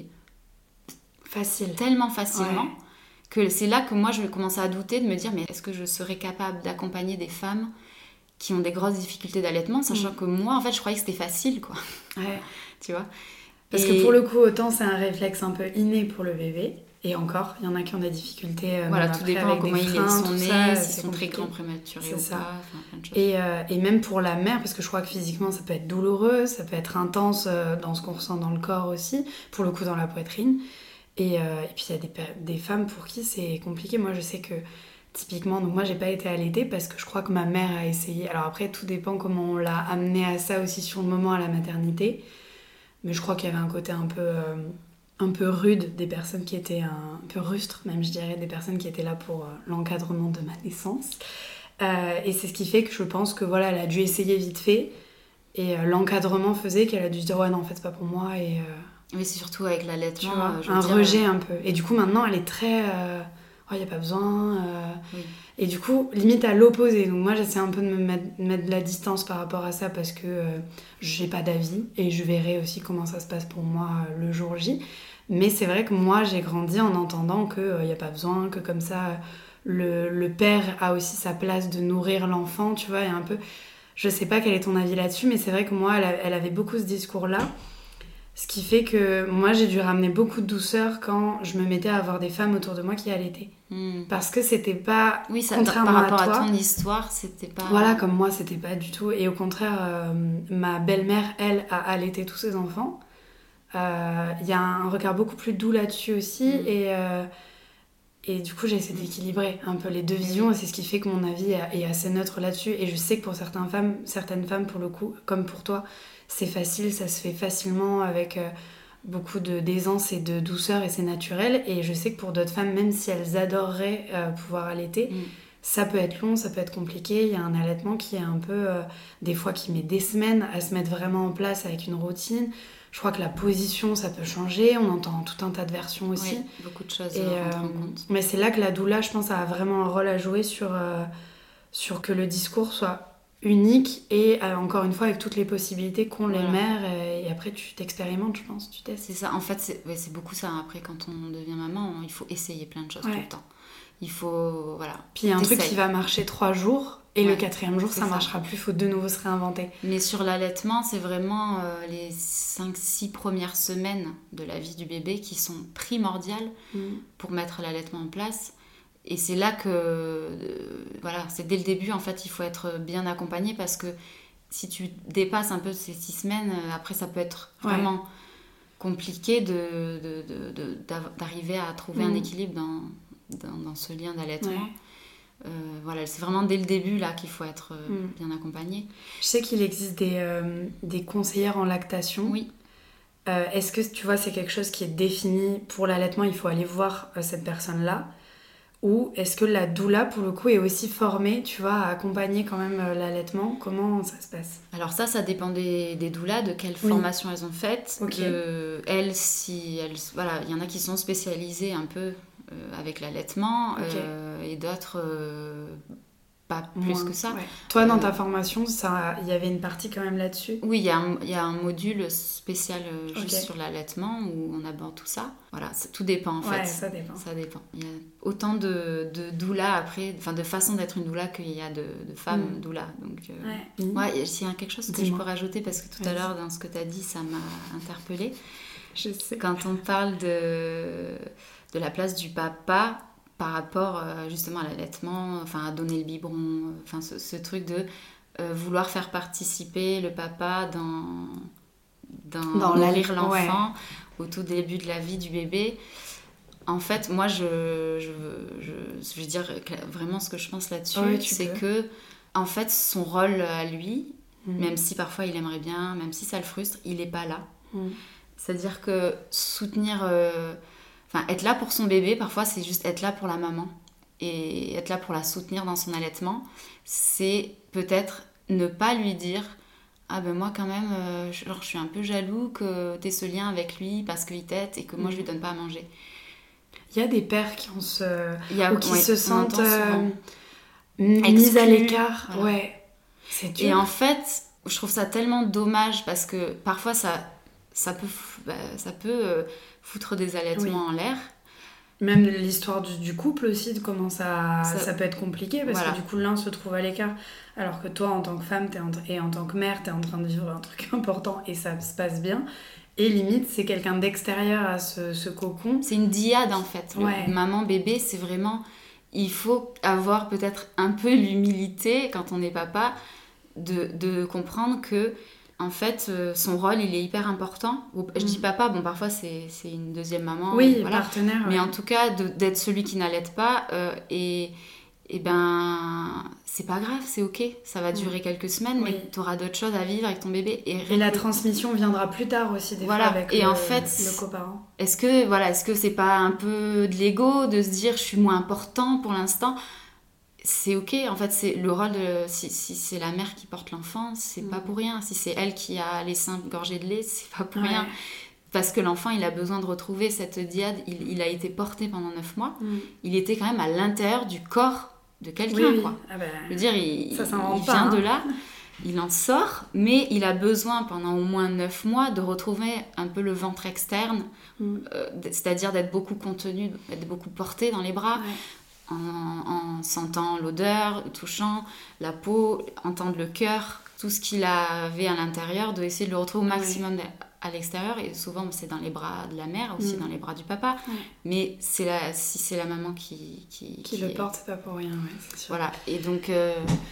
facile, tellement facilement, ouais. que c'est là que moi, je commençais à douter, de me dire, mais est-ce que je serais capable d'accompagner des femmes qui ont des grosses difficultés d'allaitement, sachant mmh. que moi, en fait, je croyais que c'était facile, quoi. Ouais. Tu vois. Parce et... que pour le coup, autant c'est un réflexe un peu inné pour le bébé, et encore, il y en a qui ont des difficultés. Euh, voilà, tout dépend avec comment des freins, ils sont nés, ça, s'ils sont très grands prématurés ou ça. pas, enfin, plein de choses. Et, euh, et même pour la mère, parce que je crois que physiquement ça peut être douloureux, ça peut être intense euh, dans ce qu'on ressent dans le corps aussi, pour le coup dans la poitrine. Et, euh, et puis il y a des, des femmes pour qui c'est compliqué. Moi je sais que typiquement, donc moi j'ai pas été allaitée parce que je crois que ma mère a essayé. Alors après tout dépend comment on l'a amenée à ça aussi sur le moment à la maternité. Mais je crois qu'il y avait un côté un peu, euh, un peu rude des personnes qui étaient un, un peu rustres, même je dirais, des personnes qui étaient là pour euh, l'encadrement de ma naissance. Euh, et c'est ce qui fait que je pense que voilà, elle a dû essayer vite fait. Et euh, l'encadrement faisait qu'elle a dû se dire ouais non en fait c'est pas pour moi. Et, euh, mais c'est surtout avec l'allaitement. Tu vois, euh, je veux un dire, rejet euh... un peu. Et du coup maintenant elle est très... Euh, oh il n'y a pas besoin. Euh... Oui. Et du coup, limite à l'opposé. Donc moi, j'essaie un peu de me mettre, mettre de la distance par rapport à ça parce que euh, j'ai pas d'avis et je verrai aussi comment ça se passe pour moi euh, le jour J. Mais c'est vrai que moi, j'ai grandi en entendant qu'il n'y euh, a pas besoin, que comme ça, le, le père a aussi sa place de nourrir l'enfant, tu vois, et un peu... Je sais pas quel est ton avis là-dessus, mais c'est vrai que moi, elle, a, elle avait beaucoup ce discours-là. Ce qui fait que moi, j'ai dû ramener beaucoup de douceur quand je me mettais à avoir des femmes autour de moi qui allaitaient. Mmh. Parce que c'était pas... Oui, ça, contrairement par rapport à, toi, à ton histoire, c'était pas... Voilà, comme moi, c'était pas du tout... Et au contraire, euh, ma belle-mère, elle, a allaité tous ses enfants. Il euh, y a un regard beaucoup plus doux là-dessus aussi. Mmh. Et, euh, et du coup, j'ai essayé d'équilibrer un peu les deux visions. Et c'est ce qui fait que mon avis est assez neutre là-dessus. Et je sais que pour certaines femmes, certaines femmes, pour le coup, comme pour toi... c'est facile, ça se fait facilement avec euh, beaucoup de, d'aisance et de douceur et c'est naturel. Et je sais que pour d'autres femmes, même si elles adoreraient euh, pouvoir allaiter, mmh. ça peut être long, ça peut être compliqué. Il y a un allaitement qui est un peu, euh, des fois, qui met des semaines à se mettre vraiment en place avec une routine. Je crois que la position, ça peut changer. On entend tout un tas de versions aussi. Oui, beaucoup de choses et, euh, euh, en compte. Mais c'est là que la doula, je pense, a vraiment un rôle à jouer sur, euh, sur que le discours soit... unique et euh, encore une fois avec toutes les possibilités qu'ont voilà. les mères et, et après tu t'expérimentes je pense, tu testes. C'est ça, en fait c'est, ouais, c'est beaucoup ça, après quand on devient maman il faut essayer plein de choses ouais. tout le temps, il faut, voilà. Puis il y a un T'essayes. truc qui va marcher trois jours et ouais. le quatrième jour ça, ça marchera plus, il faut de nouveau se réinventer. Mais sur l'allaitement c'est vraiment euh, les cinq six premières semaines de la vie du bébé qui sont primordiales mmh. pour mettre l'allaitement en place. Et c'est là que, euh, voilà, c'est dès le début, en fait, il faut être bien accompagné parce que si tu dépasses un peu ces six semaines, après, ça peut être vraiment ouais. compliqué de, de, de, de, d'arriver à trouver mmh. un équilibre dans, dans, dans ce lien d'allaitement. Ouais. Euh, voilà, c'est vraiment dès le début, là, qu'il faut être euh, mmh. bien accompagné. Je sais qu'il existe des, euh, des conseillères en lactation. Oui. Euh, est-ce que, tu vois, c'est quelque chose qui est défini pour l'allaitement, il faut aller voir euh, cette personne-là? Ou est-ce que la doula, pour le coup, est aussi formée, tu vois, à accompagner quand même l'allaitement? Comment ça se passe? Alors ça, ça dépend des, des doulas, de quelle oui. formation elles ont faite. Okay. De, elles, si elles, voilà, il y en a qui sont spécialisées un peu euh, avec l'allaitement okay. euh, et d'autres euh, pas plus Moins, que ça. Ouais. Toi, dans ta formation, il y avait une partie quand même là-dessus? Oui, il y, y a un module spécial euh, juste okay. sur l'allaitement où on aborde tout ça. Voilà, tout dépend en fait. Ouais, ça dépend. Ça dépend. Il y a autant de, de doulas après, enfin de façon d'être une doula qu'il y a de, de femmes mm. doulas. Donc, euh, ouais. ouais, s'il y a quelque chose que Dis-moi. je peux rajouter, parce que tout ouais. à l'heure, dans ce que tu as dit, ça m'a interpellée. Je sais. Quand on parle de, de la place du papa par rapport euh, justement à l'allaitement, enfin à donner le biberon, enfin ce, ce truc de euh, vouloir faire participer le papa dans, dans, dans nourrir l'enfant ouais. au tout début de la vie du bébé. En fait, moi, je, je, je, je veux dire vraiment ce que je pense là-dessus, oui, c'est peux. que en fait, son rôle à lui, mmh. même si parfois il aimerait bien, même si ça le frustre, il n'est pas là. Mmh. C'est-à-dire que soutenir... Euh, enfin, être là pour son bébé, parfois, c'est juste être là pour la maman. Et être là pour la soutenir dans son allaitement, c'est peut-être ne pas lui dire « Ah ben moi, quand même, euh, genre, je suis un peu jaloux que tu aies ce lien avec lui parce qu'il t'aide et que moi, je lui donne pas à manger. » Il y a des pères qui, ont ce... a, ou qui ouais, se sentent euh, mis exclus, à l'écart. Voilà. Ouais, c'est dur. Et en fait, je trouve ça tellement dommage parce que parfois, ça, ça peut, bah, ça peut euh, foutre des allaitements oui. en l'air. Même l'histoire du, du couple aussi, de comment ça, ça, ça peut être compliqué parce voilà. que du coup l'un se trouve à l'écart alors que toi en tant que femme t'es en, et en tant que mère t'es en train de vivre un truc important et ça se passe bien et limite c'est quelqu'un d'extérieur à ce, ce cocon. C'est une dyade en fait, ouais. Maman bébé c'est vraiment, il faut avoir peut-être un peu l'humilité quand on est papa de, de comprendre que en fait, euh, son rôle, il est hyper important. Je dis papa, bon, parfois, c'est, c'est une deuxième maman. Oui, voilà. partenaire. Mais ouais. en tout cas, de, d'être celui qui n'allaite pas, euh, et, et ben, c'est pas grave, c'est OK. Ça va durer mmh. quelques semaines, oui. mais tu auras d'autres choses à vivre avec ton bébé. Et, et la transmission viendra plus tard aussi, des voilà. fois, avec et le, en fait, le coparent. Est-ce que, voilà, est-ce que c'est pas un peu de l'ego de se dire, je suis moins important pour l'instant ? C'est ok, en fait, c'est le rôle de... Si, si c'est la mère qui porte l'enfant, c'est mmh. pas pour rien. Si c'est elle qui a les seins gorgés de lait, c'est pas pour ouais. rien. Parce que l'enfant, il a besoin de retrouver cette dyade. Il, il a été porté pendant neuf mois. Mmh. Il était quand même à l'intérieur du corps de quelqu'un, oui, quoi. Ah ben, Je veux dire, il, ça, ça il vient pas, de hein. là, il en sort, mais il a besoin, pendant au moins neuf mois, de retrouver un peu le ventre externe, mmh. euh, c'est-à-dire d'être beaucoup contenu, d'être beaucoup porté dans les bras. Ouais. En, en sentant l'odeur, touchant la peau, entendre le cœur, tout ce qu'il avait à l'intérieur, de essayer de le retrouver au maximum oui. à l'extérieur. Et souvent, c'est dans les bras de la mère, aussi mmh. dans les bras du papa. Ouais. Mais c'est la, si c'est la maman qui... Qui, qui, qui le est... porte, c'est pas pour rien, ouais, c'est sûr. Voilà, et donc... Euh,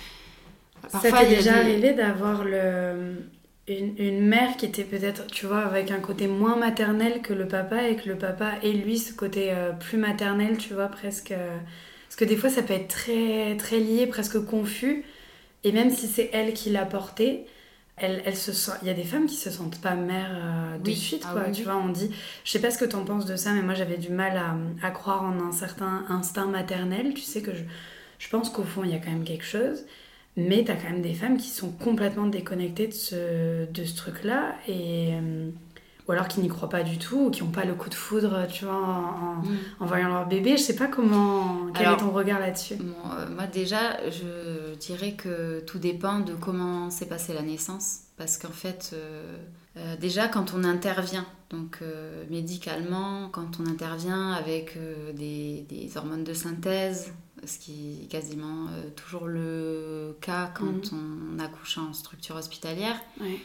parfois, ça t'est déjà des... arrivé d'avoir le... Une, une mère qui était peut-être, tu vois, avec un côté moins maternel que le papa et que le papa ait lui ce côté euh, plus maternel, tu vois, presque... Euh... Parce que des fois, ça peut être très, très lié, presque confus. Et même si c'est elle qui l'a porté, elle, elle se sent... il y a des femmes qui se sentent pas mères euh, de oui. suite, ah, quoi. oui, tu oui. vois, on dit... Je sais pas ce que t'en penses de ça, mais moi, j'avais du mal à, à croire en un certain instinct maternel. Tu sais que je, je pense qu'au fond, il y a quand même quelque chose. Mais t'as quand même des femmes qui sont complètement déconnectées de ce, de ce truc-là. Et... Euh... ou alors qui n'y croient pas du tout, ou qui n'ont pas le coup de foudre, tu vois, en, mm. en voyant leur bébé. Je sais pas comment... Quel alors, est ton regard là-dessus ? Bon, euh, moi, déjà, je dirais que tout dépend de comment s'est passée la naissance. Parce qu'en fait, euh, euh, déjà, quand on intervient, donc euh, médicalement, quand on intervient avec euh, des, des hormones de synthèse, ce qui est quasiment euh, toujours le cas quand mm. on accouche en structure hospitalière, ouais.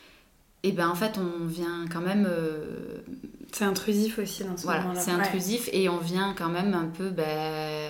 et ben en fait on vient quand même euh... c'est intrusif aussi dans ce voilà, moment-là c'est intrusif ouais. et on vient quand même un peu ben,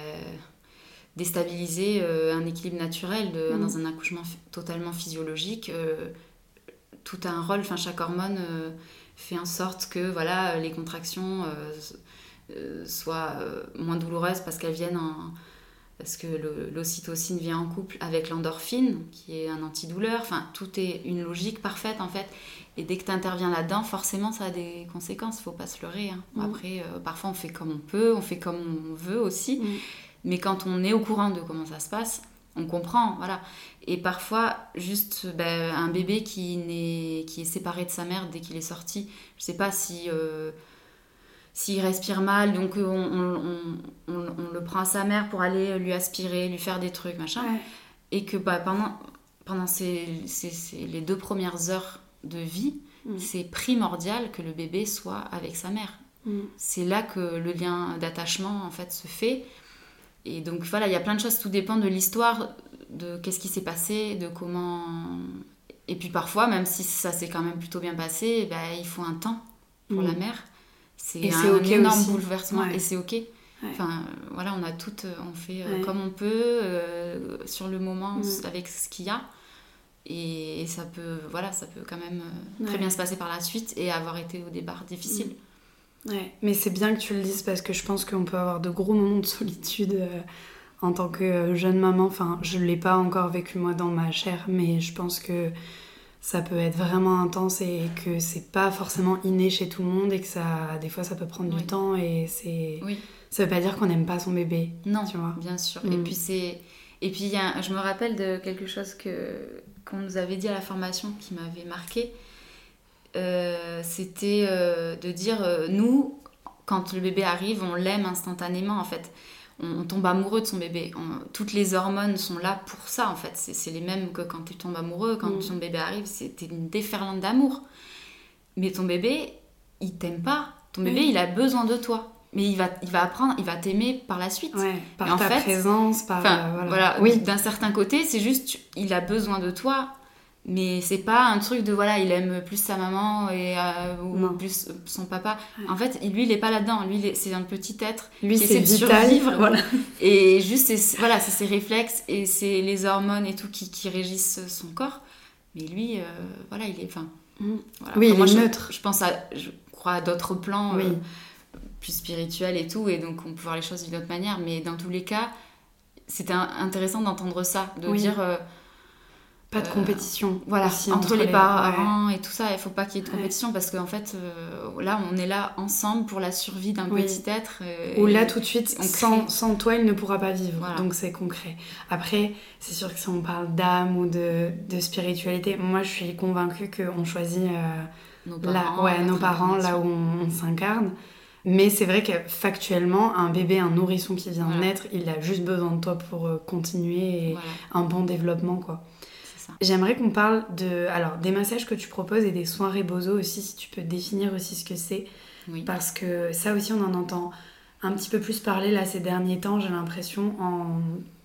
déstabiliser euh, un équilibre naturel de, mmh. dans un accouchement f- totalement physiologique. Euh, tout a un rôle, enfin chaque hormone euh, fait en sorte que voilà les contractions euh, euh, soient euh, moins douloureuses parce qu'elles viennent en parce que le, l'ocytocine vient en couple avec l'endorphine, qui est un antidouleur. Enfin, tout est une logique parfaite, en fait. Et dès que tu interviens là-dedans, forcément, ça a des conséquences. Il ne faut pas se leurrer. Hein. Mmh. Après, euh, parfois, on fait comme on peut, on fait comme on veut aussi. Mmh. Mais quand on est au courant de comment ça se passe, on comprend, voilà. Et parfois, juste ben, un bébé qui, n'est, qui est séparé de sa mère dès qu'il est sorti, je ne sais pas si... Euh, s'il respire mal, donc on, on, on, on, on le prend à sa mère pour aller lui aspirer, lui faire des trucs, machin. Ouais. Et que bah, pendant, pendant ces, ces, ces, les deux premières heures de vie, mmh. c'est primordial que le bébé soit avec sa mère. Mmh. C'est là que le lien d'attachement, en fait, se fait. Et donc, voilà, il y a plein de choses. Tout dépend de l'histoire, de qu'est-ce qui s'est passé, de comment... Et puis parfois, même si ça s'est quand même plutôt bien passé, bah, il faut un temps pour mmh. la mère. C'est et un, c'est okay énorme aussi. bouleversement ouais. et c'est ok. Ouais. Enfin, voilà, on a toutes, on fait euh, ouais. comme on peut euh, sur le moment mmh. avec ce qu'il y a et, et ça peut, voilà, ça peut quand même euh, ouais. très bien se passer par la suite et avoir été au départ difficile. Mmh. Ouais. Mais c'est bien que tu le dises parce que je pense qu'on peut avoir de gros moments de solitude euh, en tant que jeune maman. Enfin, je l'ai pas encore vécu moi dans ma chair, mais je pense que ça peut être vraiment intense et que c'est pas forcément inné chez tout le monde et que ça, des fois ça peut prendre oui. du temps et c'est... Oui. Ça veut pas dire qu'on n'aime pas son bébé. Non, tu vois. Bien sûr. Mm. Et puis, c'est... et puis y a... je me rappelle de quelque chose que... qu'on nous avait dit à la formation qui m'avait marquée. Euh, c'était euh, de dire, euh, nous, quand le bébé arrive, on l'aime instantanément, en fait. On, on tombe amoureux de son bébé. On... toutes les hormones sont là pour ça, en fait. C'est, c'est les mêmes que quand tu tombes amoureux, quand mm. ton bébé arrive, c'est une déferlante d'amour. Mais ton bébé, il t'aime pas. Ton bébé, oui. il a besoin de toi. Mais il va, il va apprendre, il va t'aimer par la suite. Ouais, par en ta fait, présence, par... Euh, voilà, voilà oui. d'un certain côté, c'est juste, tu, il a besoin de toi, mais c'est pas un truc de, voilà, il aime plus sa maman et, euh, ou non. plus son papa. Ouais. En fait, lui, il est pas là-dedans. Lui, il est, c'est un petit être lui, qui c'est essaie vital. de survivre. Voilà. Et juste, c'est, voilà, c'est ses réflexes et c'est les hormones et tout qui, qui régissent son corps. Mais lui, euh, voilà, il est... Enfin, mmh. voilà. Oui, enfin, il moi, est je, neutre. Je pense à... Je crois à d'autres plans... Oui. Euh, plus spirituel et tout, et donc on peut voir les choses d'une autre manière, mais dans tous les cas c'était intéressant d'entendre ça, de oui. dire euh, pas de compétition euh, voilà, aussi, entre, entre les, les parents ouais. et tout ça, il faut pas qu'il y ait de compétition ouais. parce qu'en fait euh, là on est là ensemble pour la survie d'un oui. petit être euh, ou là tout de suite sans, sans toi il ne pourra pas vivre, voilà. Donc c'est concret. Après c'est sûr que si on parle d'âme ou de, de spiritualité, moi je suis convaincue qu'on choisit euh, nos parents, là, ouais, nos parents là où on, on s'incarne. Mais c'est vrai que factuellement, un bébé, un nourrisson qui vient de voilà. naître, il a juste besoin de toi pour continuer et voilà. un bon développement, quoi. C'est ça. J'aimerais qu'on parle de, alors, des massages que tu proposes et des soins Rebozo aussi, si tu peux définir aussi ce que c'est. Oui. Parce que ça aussi, on en entend un petit peu plus parler là ces derniers temps, j'ai l'impression, en,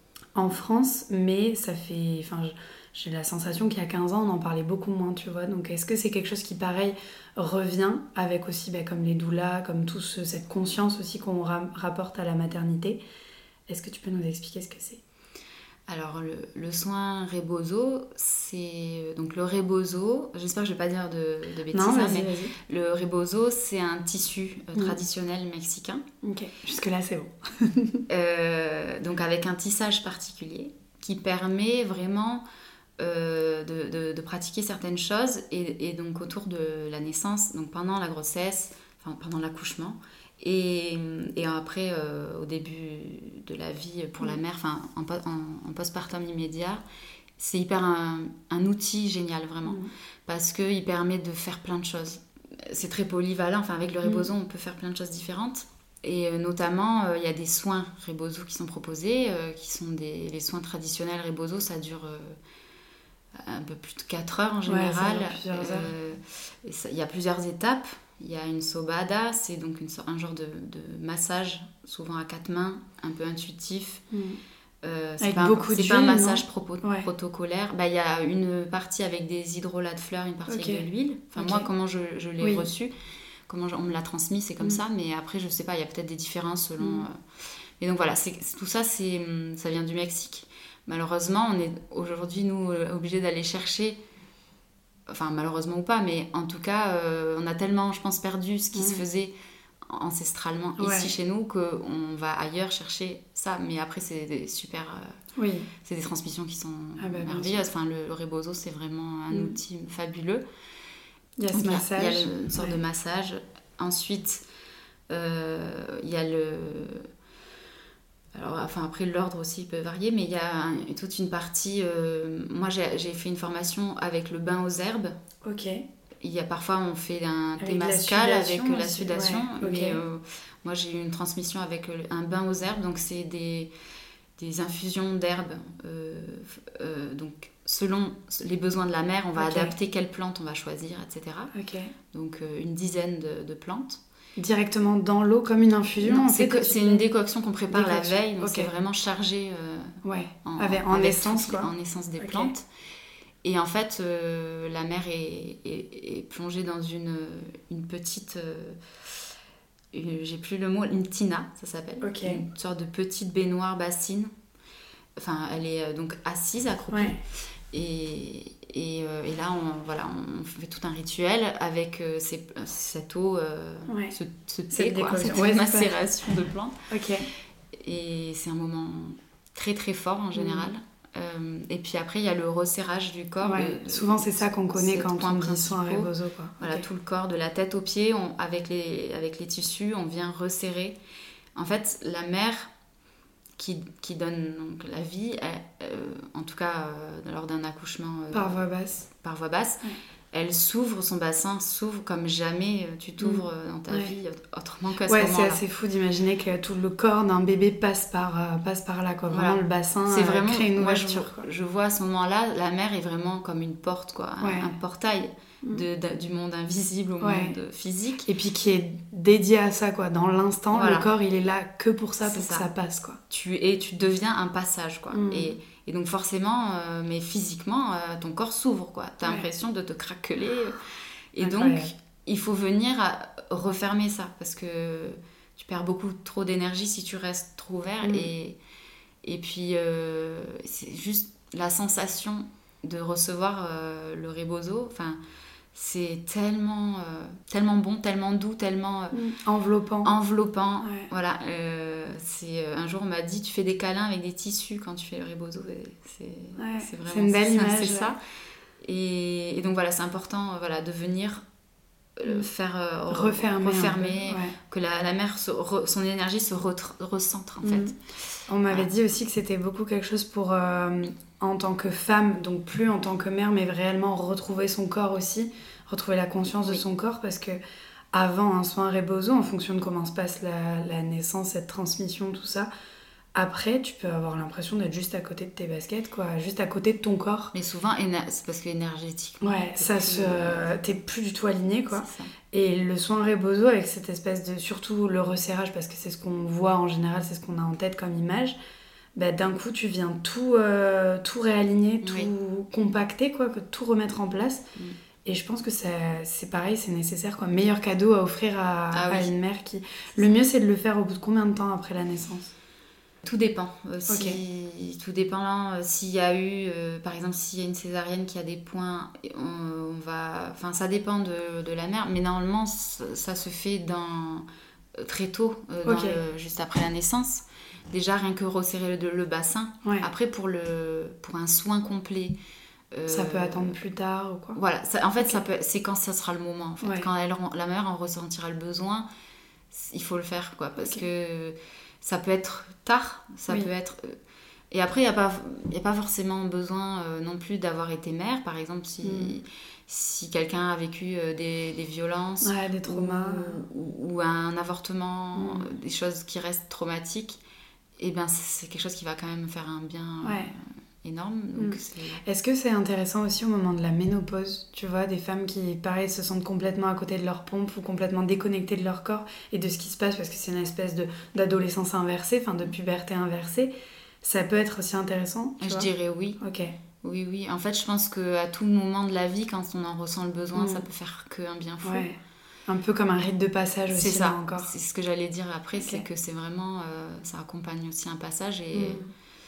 en France. Mais ça fait... Enfin, j'ai la sensation qu'il y a quinze ans, on en parlait beaucoup moins, tu vois. Donc, est-ce que c'est quelque chose qui, pareil, revient avec aussi, bah, comme les doulas, comme toute ce, cette conscience aussi qu'on ra- rapporte à la maternité? Est-ce que tu peux nous expliquer ce que c'est? Alors, le, le soin Rebozo, c'est... Donc, le Rebozo, j'espère que je ne vais pas dire de, de bêtises, non, vas-y, hein, mais vas-y. Le Rebozo, c'est un tissu euh, traditionnel mmh. mexicain. Ok, jusque-là, c'est bon. euh, donc, avec un tissage particulier qui permet vraiment... Euh, de, de, de pratiquer certaines choses et, et donc autour de la naissance, donc pendant la grossesse, enfin pendant l'accouchement et, et après euh, au début de la vie pour mmh. la mère, enfin en, en, en postpartum immédiat, c'est hyper un, un outil génial vraiment mmh. parce qu'il permet de faire plein de choses. C'est très polyvalent, enfin avec le Rebozo mmh. on peut faire plein de choses différentes. Et euh, notamment, il euh, y a des soins Rebozo qui sont proposés, euh, qui sont des les soins traditionnels Rebozo, ça dure euh, un peu plus de quatre heures en général. Ouais, euh, il y a plusieurs étapes. Il y a une sobada, c'est donc une, un genre de, de massage, souvent à quatre mains, un peu intuitif. Mmh. Euh, c'est avec pas, beaucoup un, de c'est pas un massage non propo, ouais. protocolaire. Bah, il y a une partie avec des hydrolats de fleurs, une partie okay. avec de l'huile. Enfin, okay. Moi, comment je, je l'ai oui. reçu, comment je, on me l'a transmis, c'est comme mmh. ça. Mais après, je sais pas, il y a peut-être des différences selon... Mmh. Euh... Et donc voilà, c'est, tout ça, c'est, ça vient du Mexique. Malheureusement, on est aujourd'hui, nous, obligés d'aller chercher, enfin malheureusement ou pas, mais en tout cas, euh, on a tellement, je pense, perdu ce qui mmh. se faisait ancestralement ouais. ici chez nous qu'on va ailleurs chercher ça. Mais après, c'est des super... Euh, oui. C'est des transmissions qui sont ah bah, merveilleuses. Enfin, le, le Rebozo, c'est vraiment un mmh. outil fabuleux. Il y a ce Donc, massage. Il y a une sorte ouais. de massage. Ensuite, euh, il y a le... Alors, enfin, après, l'ordre aussi peut varier, mais il y a un, toute une partie... Euh, moi, j'ai, j'ai fait une formation avec le bain aux herbes. Ok. Il y a parfois, on fait un témascal avec aussi. la sudation. Ouais. Okay. Mais euh, moi, j'ai eu une transmission avec un bain aux herbes. Donc, c'est des, des infusions d'herbes. Euh, euh, donc, selon les besoins de la mère, on va okay. adapter quelle plante on va choisir, et cetera. Okay. Donc, euh, une dizaine de, de plantes. Directement dans l'eau comme une infusion? Non, c'est, que, c'est une décoction qu'on prépare décoction. la veille, donc okay. c'est vraiment chargé euh, ouais. en, avec, en, avec essence, tout, quoi. en essence des okay. plantes. Et en fait, euh, la mère est, est, est plongée dans une, une petite... Euh, une, j'ai plus le mot, une tina, ça s'appelle. Okay. Une sorte de petite baignoire bassine. Enfin, elle est euh, donc assise, accroupie. Ouais. Et, et, euh, et là, on, voilà, on fait tout un rituel avec euh, ces, cette eau, euh, ouais. ce, ce thé, quoi, cette ouais, macération de plantes. Okay. Et c'est un moment très très fort en général. Mmh. Euh, et puis après, il y a le resserrage du corps. Ouais, de, souvent, c'est ça qu'on connaît quand on dit soin principaux. Rebozo, quoi. Voilà, Okay. tout le corps, de la tête aux pieds, on, avec, les, avec les tissus, on vient resserrer. En fait, la mère qui, qui donne donc, la vie, elle, euh, en tout cas euh, lors d'un accouchement euh, par voie basse, par voie basse ouais. Elle s'ouvre, son bassin s'ouvre comme jamais tu t'ouvres mmh. dans ta ouais. vie autrement qu'à ouais, ce moment-là. Ouais, c'est assez fou d'imaginer que tout le corps d'un bébé passe par, euh, passe par là, quoi. Vraiment, voilà. Le bassin c'est vraiment, euh, crée une ouverture. Moi, je, je vois à ce moment-là, la mère est vraiment comme une porte, quoi, ouais. un, un portail mmh. de, de, du monde invisible au ouais. monde physique. Et puis qui est dédié à ça, quoi. Dans l'instant, voilà. Le corps, il est là que pour ça, pour ça. que ça passe, quoi. Tu, et tu deviens un passage, quoi. Mmh. Et, Et donc forcément, euh, mais physiquement, euh, ton corps s'ouvre, quoi. T'as ouais. l'impression de te craqueler. Et Incroyable. Donc, il faut venir à refermer ça, parce que tu perds beaucoup trop d'énergie si tu restes trop ouvert. Mm. Et, et puis, euh, c'est juste la sensation de recevoir euh, le rebozo. Enfin, c'est tellement, euh, tellement bon, tellement doux, tellement... Euh, mm. Enveloppant. Enveloppant, ouais. voilà. Euh, c'est, un jour, on m'a dit, tu fais des câlins avec des tissus quand tu fais le rebozo. C'est, ouais. c'est vraiment c'est une belle ça, image. C'est ouais. ça. Et, et donc, voilà, c'est important voilà, de venir euh, faire... Euh, refermer. refermer ouais. Que la, la mère, se, re, son énergie se retre, recentre, en mm. fait. On m'avait voilà. dit aussi que c'était beaucoup quelque chose pour... Euh, en tant que femme, donc plus en tant que mère, mais réellement retrouver son corps aussi, retrouver la conscience oui. de son corps, parce que avant un soin rebozo, en fonction de comment se passe la, la naissance, cette transmission, tout ça, après, tu peux avoir l'impression d'être juste à côté de tes baskets, quoi, juste à côté de ton corps. Mais souvent, éner- c'est parce qu'énergétiquement... Ouais, ça plus... se... Euh... t'es plus du tout aligné, quoi. Et le soin rebozo, avec cette espèce de... Surtout le resserrage, parce que c'est ce qu'on voit en général, c'est ce qu'on a en tête comme image... Bah, d'un coup tu viens tout, euh, tout réaligner, tout oui. compacter, quoi, que tout remettre en place. Mm. Et je pense que ça, c'est pareil, c'est nécessaire, quoi. Meilleur cadeau à offrir à, ah, à oui. une mère qui... Le mieux, c'est de le faire au bout de combien de temps après la naissance ? Tout dépend. Euh, si... okay. Tout dépend euh, s'il y a eu, euh, par exemple, s'il y a une césarienne qui a des points, on, on va... Enfin, ça dépend de, de la mère, mais normalement, ça, ça se fait dans... très tôt, euh, dans okay. le... juste après la naissance. Déjà, rien que resserrer le, le bassin. Ouais. Après, pour, le, pour un soin complet... Euh, ça peut attendre plus tard ou quoi ? Voilà. Ça, en fait, okay. ça peut, c'est quand ça sera le moment. En fait. Ouais. Quand elle, la mère en ressentira le besoin, il faut le faire, quoi. Parce okay. que ça peut être tard, ça oui. peut être... Et après, il n'y a, a pas forcément besoin euh, non plus d'avoir été mère. Par exemple, si... Mm. Si quelqu'un a vécu euh, des, des violences, ouais, des traumas, ou, ou, ou un avortement, mm. euh, des choses qui restent traumatiques, et ben c'est quelque chose qui va quand même faire un bien ouais. euh, énorme. Donc mm. c'est... Est-ce que c'est intéressant aussi au moment de la ménopause, tu vois, des femmes qui, pareil, se sentent complètement à côté de leur pompe ou complètement déconnectées de leur corps et de ce qui se passe, parce que c'est une espèce de, d'adolescence inversée, enfin de puberté inversée, ça peut être aussi intéressant, tu Je vois ? dirais oui. Ok. Oui, oui. En fait, je pense qu'à tout moment de la vie, quand on en ressent le besoin, mmh. ça peut faire qu'un bien fou. Ouais. Un peu comme un rite de passage aussi, c'est ça. Là encore. C'est ce que j'allais dire après, okay. c'est que c'est vraiment... Euh, ça accompagne aussi un passage et, mmh.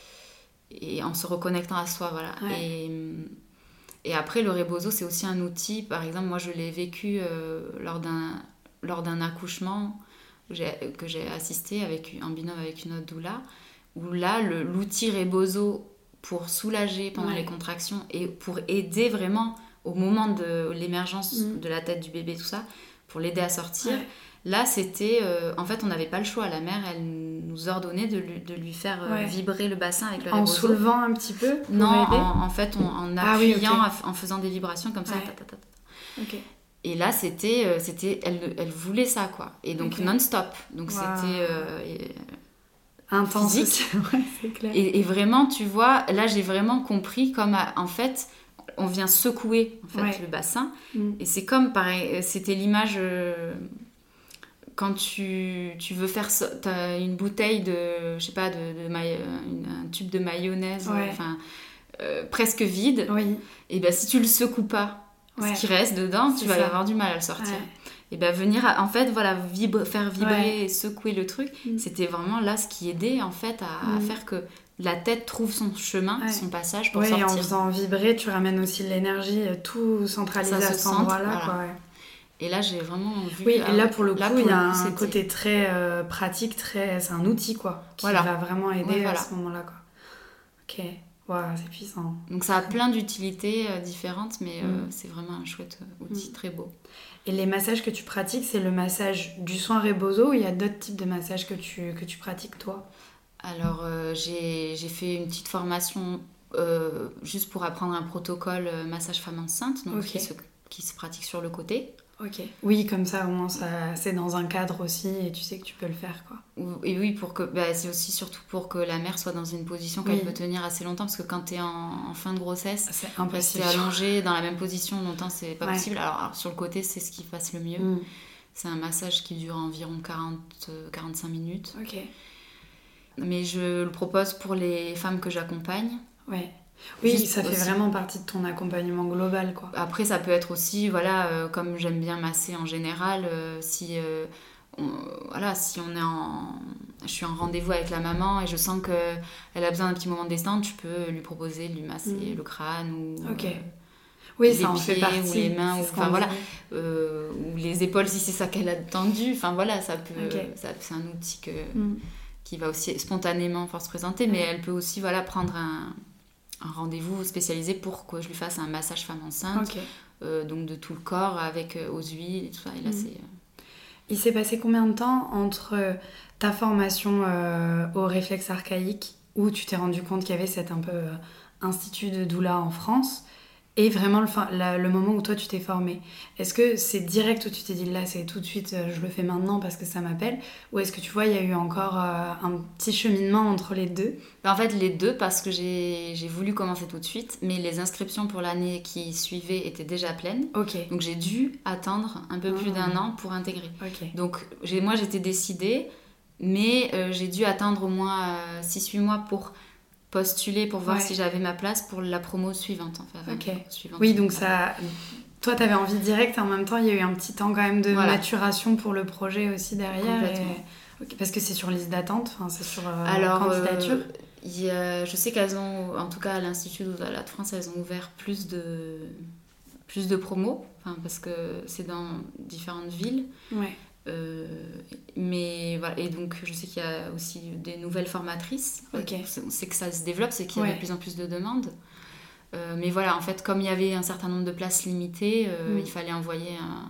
et en se reconnectant à soi, voilà. Ouais. Et, et après, le rebozo, c'est aussi un outil. Par exemple, moi, je l'ai vécu euh, lors, d'un, lors d'un accouchement j'ai, que j'ai assisté avec, en binôme avec une autre doula, où là, le, l'outil rebozo... pour soulager pendant ouais. les contractions et pour aider vraiment au moment de l'émergence mmh. de la tête du bébé, tout ça, pour l'aider à sortir. Ouais. Là, c'était... Euh, en fait, on n'avait pas le choix. La mère, elle nous ordonnait de lui, de lui faire euh, ouais. vibrer le bassin avec le en rebozo. En soulevant un petit peu pour Non, aider. En, en fait, on, en appuyant, ah, oui, okay. en faisant des vibrations comme ça. Ouais. Ta, ta, ta, ta. Okay. Et là, c'était... Euh, c'était elle, elle voulait ça, quoi. Et donc, okay. non-stop. Donc, wow. c'était... Euh, et, intense aussi, ouais, c'est clair. Et, et vraiment, tu vois, là, j'ai vraiment compris comme, en fait, on vient secouer en fait, ouais. le bassin. Mm. Et c'est comme, pareil, c'était l'image... Euh, quand tu, tu veux faire... T'as une bouteille de, je sais pas, de, de maille, une, un tube de mayonnaise, ouais. enfin, euh, presque vide. Oui. Et bien, si tu le secoues pas, ouais. ce qui reste dedans, c'est tu vas ça. avoir du mal à le sortir. Ouais. Et bien venir, à, en fait, voilà, vibre, faire vibrer ouais. et secouer le truc, mmh. c'était vraiment là ce qui aidait en fait à, mmh. à faire que la tête trouve son chemin, ouais. son passage pour ouais, sortir. Et en faisant vibrer, tu ramènes aussi l'énergie, tout centralisé à cet centre, endroit-là. Voilà. Quoi, ouais. Et là, j'ai vraiment vu... Oui, et là, pour le là, coup, pour il y a le un c'était... côté très euh, pratique, très... c'est un outil, quoi, qui voilà. va vraiment aider ouais, voilà. à ce moment-là, quoi. Ok. Waouh, c'est puissant. Donc ça a plein d'utilités euh, différentes, mais euh, Mm. c'est vraiment un chouette outil, Mm. très beau. Et les massages que tu pratiques, c'est le massage du soin Rebozo ou il y a d'autres types de massages que tu, que tu pratiques toi? Alors euh, j'ai, j'ai fait une petite formation euh, juste pour apprendre un protocole euh, massage femme enceinte, donc Ok. qui, se, qui se pratique sur le côté. Ok. Oui, comme ça, au moins, ça, c'est dans un cadre aussi et tu sais que tu peux le faire, quoi. Ou- Et oui, pour que, bah, c'est aussi surtout pour que la mère soit dans une position qu'elle Oui. peut tenir assez longtemps, parce que quand t'es en, en fin de grossesse, C'est rester impossible. allongée dans la même position longtemps, c'est pas Ouais. possible. Alors, alors, sur le côté, c'est ce qui passe le mieux. Mm. C'est un massage qui dure environ quarante à quarante-cinq minutes. Ok. Mais je le propose pour les femmes que j'accompagne. Ouais. Oui, Juste ça fait aussi. vraiment partie de ton accompagnement global, quoi. Après, ça peut être aussi, voilà, euh, comme j'aime bien masser en général, euh, si, euh, on, voilà, si on est en... Je suis en rendez-vous avec la maman et je sens qu'elle a besoin d'un petit moment de détente, je peux lui proposer de lui masser Mm. le crâne ou... Ok. euh, Oui, les ça en fait pieds partie. ou les mains, c'est ou- ce enfin qu'on voilà, dit. euh, ou les épaules si c'est ça qu'elle a tendu. Enfin voilà, ça peut, Ok. ça, c'est un outil que, Mm. qui va aussi spontanément pouvoir se présenter, mais Ouais. elle peut aussi voilà, prendre un, un rendez-vous spécialisé pour que je lui fasse un massage femme enceinte, Ok. euh, donc de tout le corps avec euh, aux huiles et tout ça. Et là, Mm. c'est... euh, Il s'est passé combien de temps entre ta formation euh, au réflexe archaïque, où tu t'es rendu compte qu'il y avait cet un peu euh, institut de doula en France, et vraiment le, fin- la- le moment où toi tu t'es formée? Est-ce que c'est direct où tu t'es dit là c'est tout de suite, euh, je le fais maintenant parce que ça m'appelle, ou est-ce que tu vois il y a eu encore euh, un petit cheminement entre les deux? En fait, les deux, parce que j'ai, j'ai voulu commencer tout de suite, mais les inscriptions pour l'année qui suivait étaient déjà pleines. Ok, Donc j'ai dû attendre un peu plus Ah. d'un an pour intégrer. ok, Donc j'ai, moi j'étais décidée, mais euh, j'ai dû attendre au moins six huit mois pour postuler, pour voir Ouais. si j'avais ma place pour la promo suivante. Enfin, ok. suivante. Oui, donc ça... Toi, t'avais envie direct et en même temps, il y a eu un petit temps quand même de Voilà. maturation pour le projet aussi derrière. Complètement. Et... ok, parce que c'est sur liste d'attente, enfin, c'est sur euh, Alors, candidature. euh, il y a- je sais qu'elles ont, en tout cas à l'Institut de la France, elles ont ouvert plus de, plus de promos, enfin, parce que c'est dans différentes villes. Ouais. Euh, mais voilà, et donc je sais qu'il y a aussi des nouvelles formatrices. Ok. On sait que ça se développe, c'est qu'il y a Ouais. de plus en plus de demandes. Euh, mais voilà, en fait, comme il y avait un certain nombre de places limitées, euh, Mm. il fallait envoyer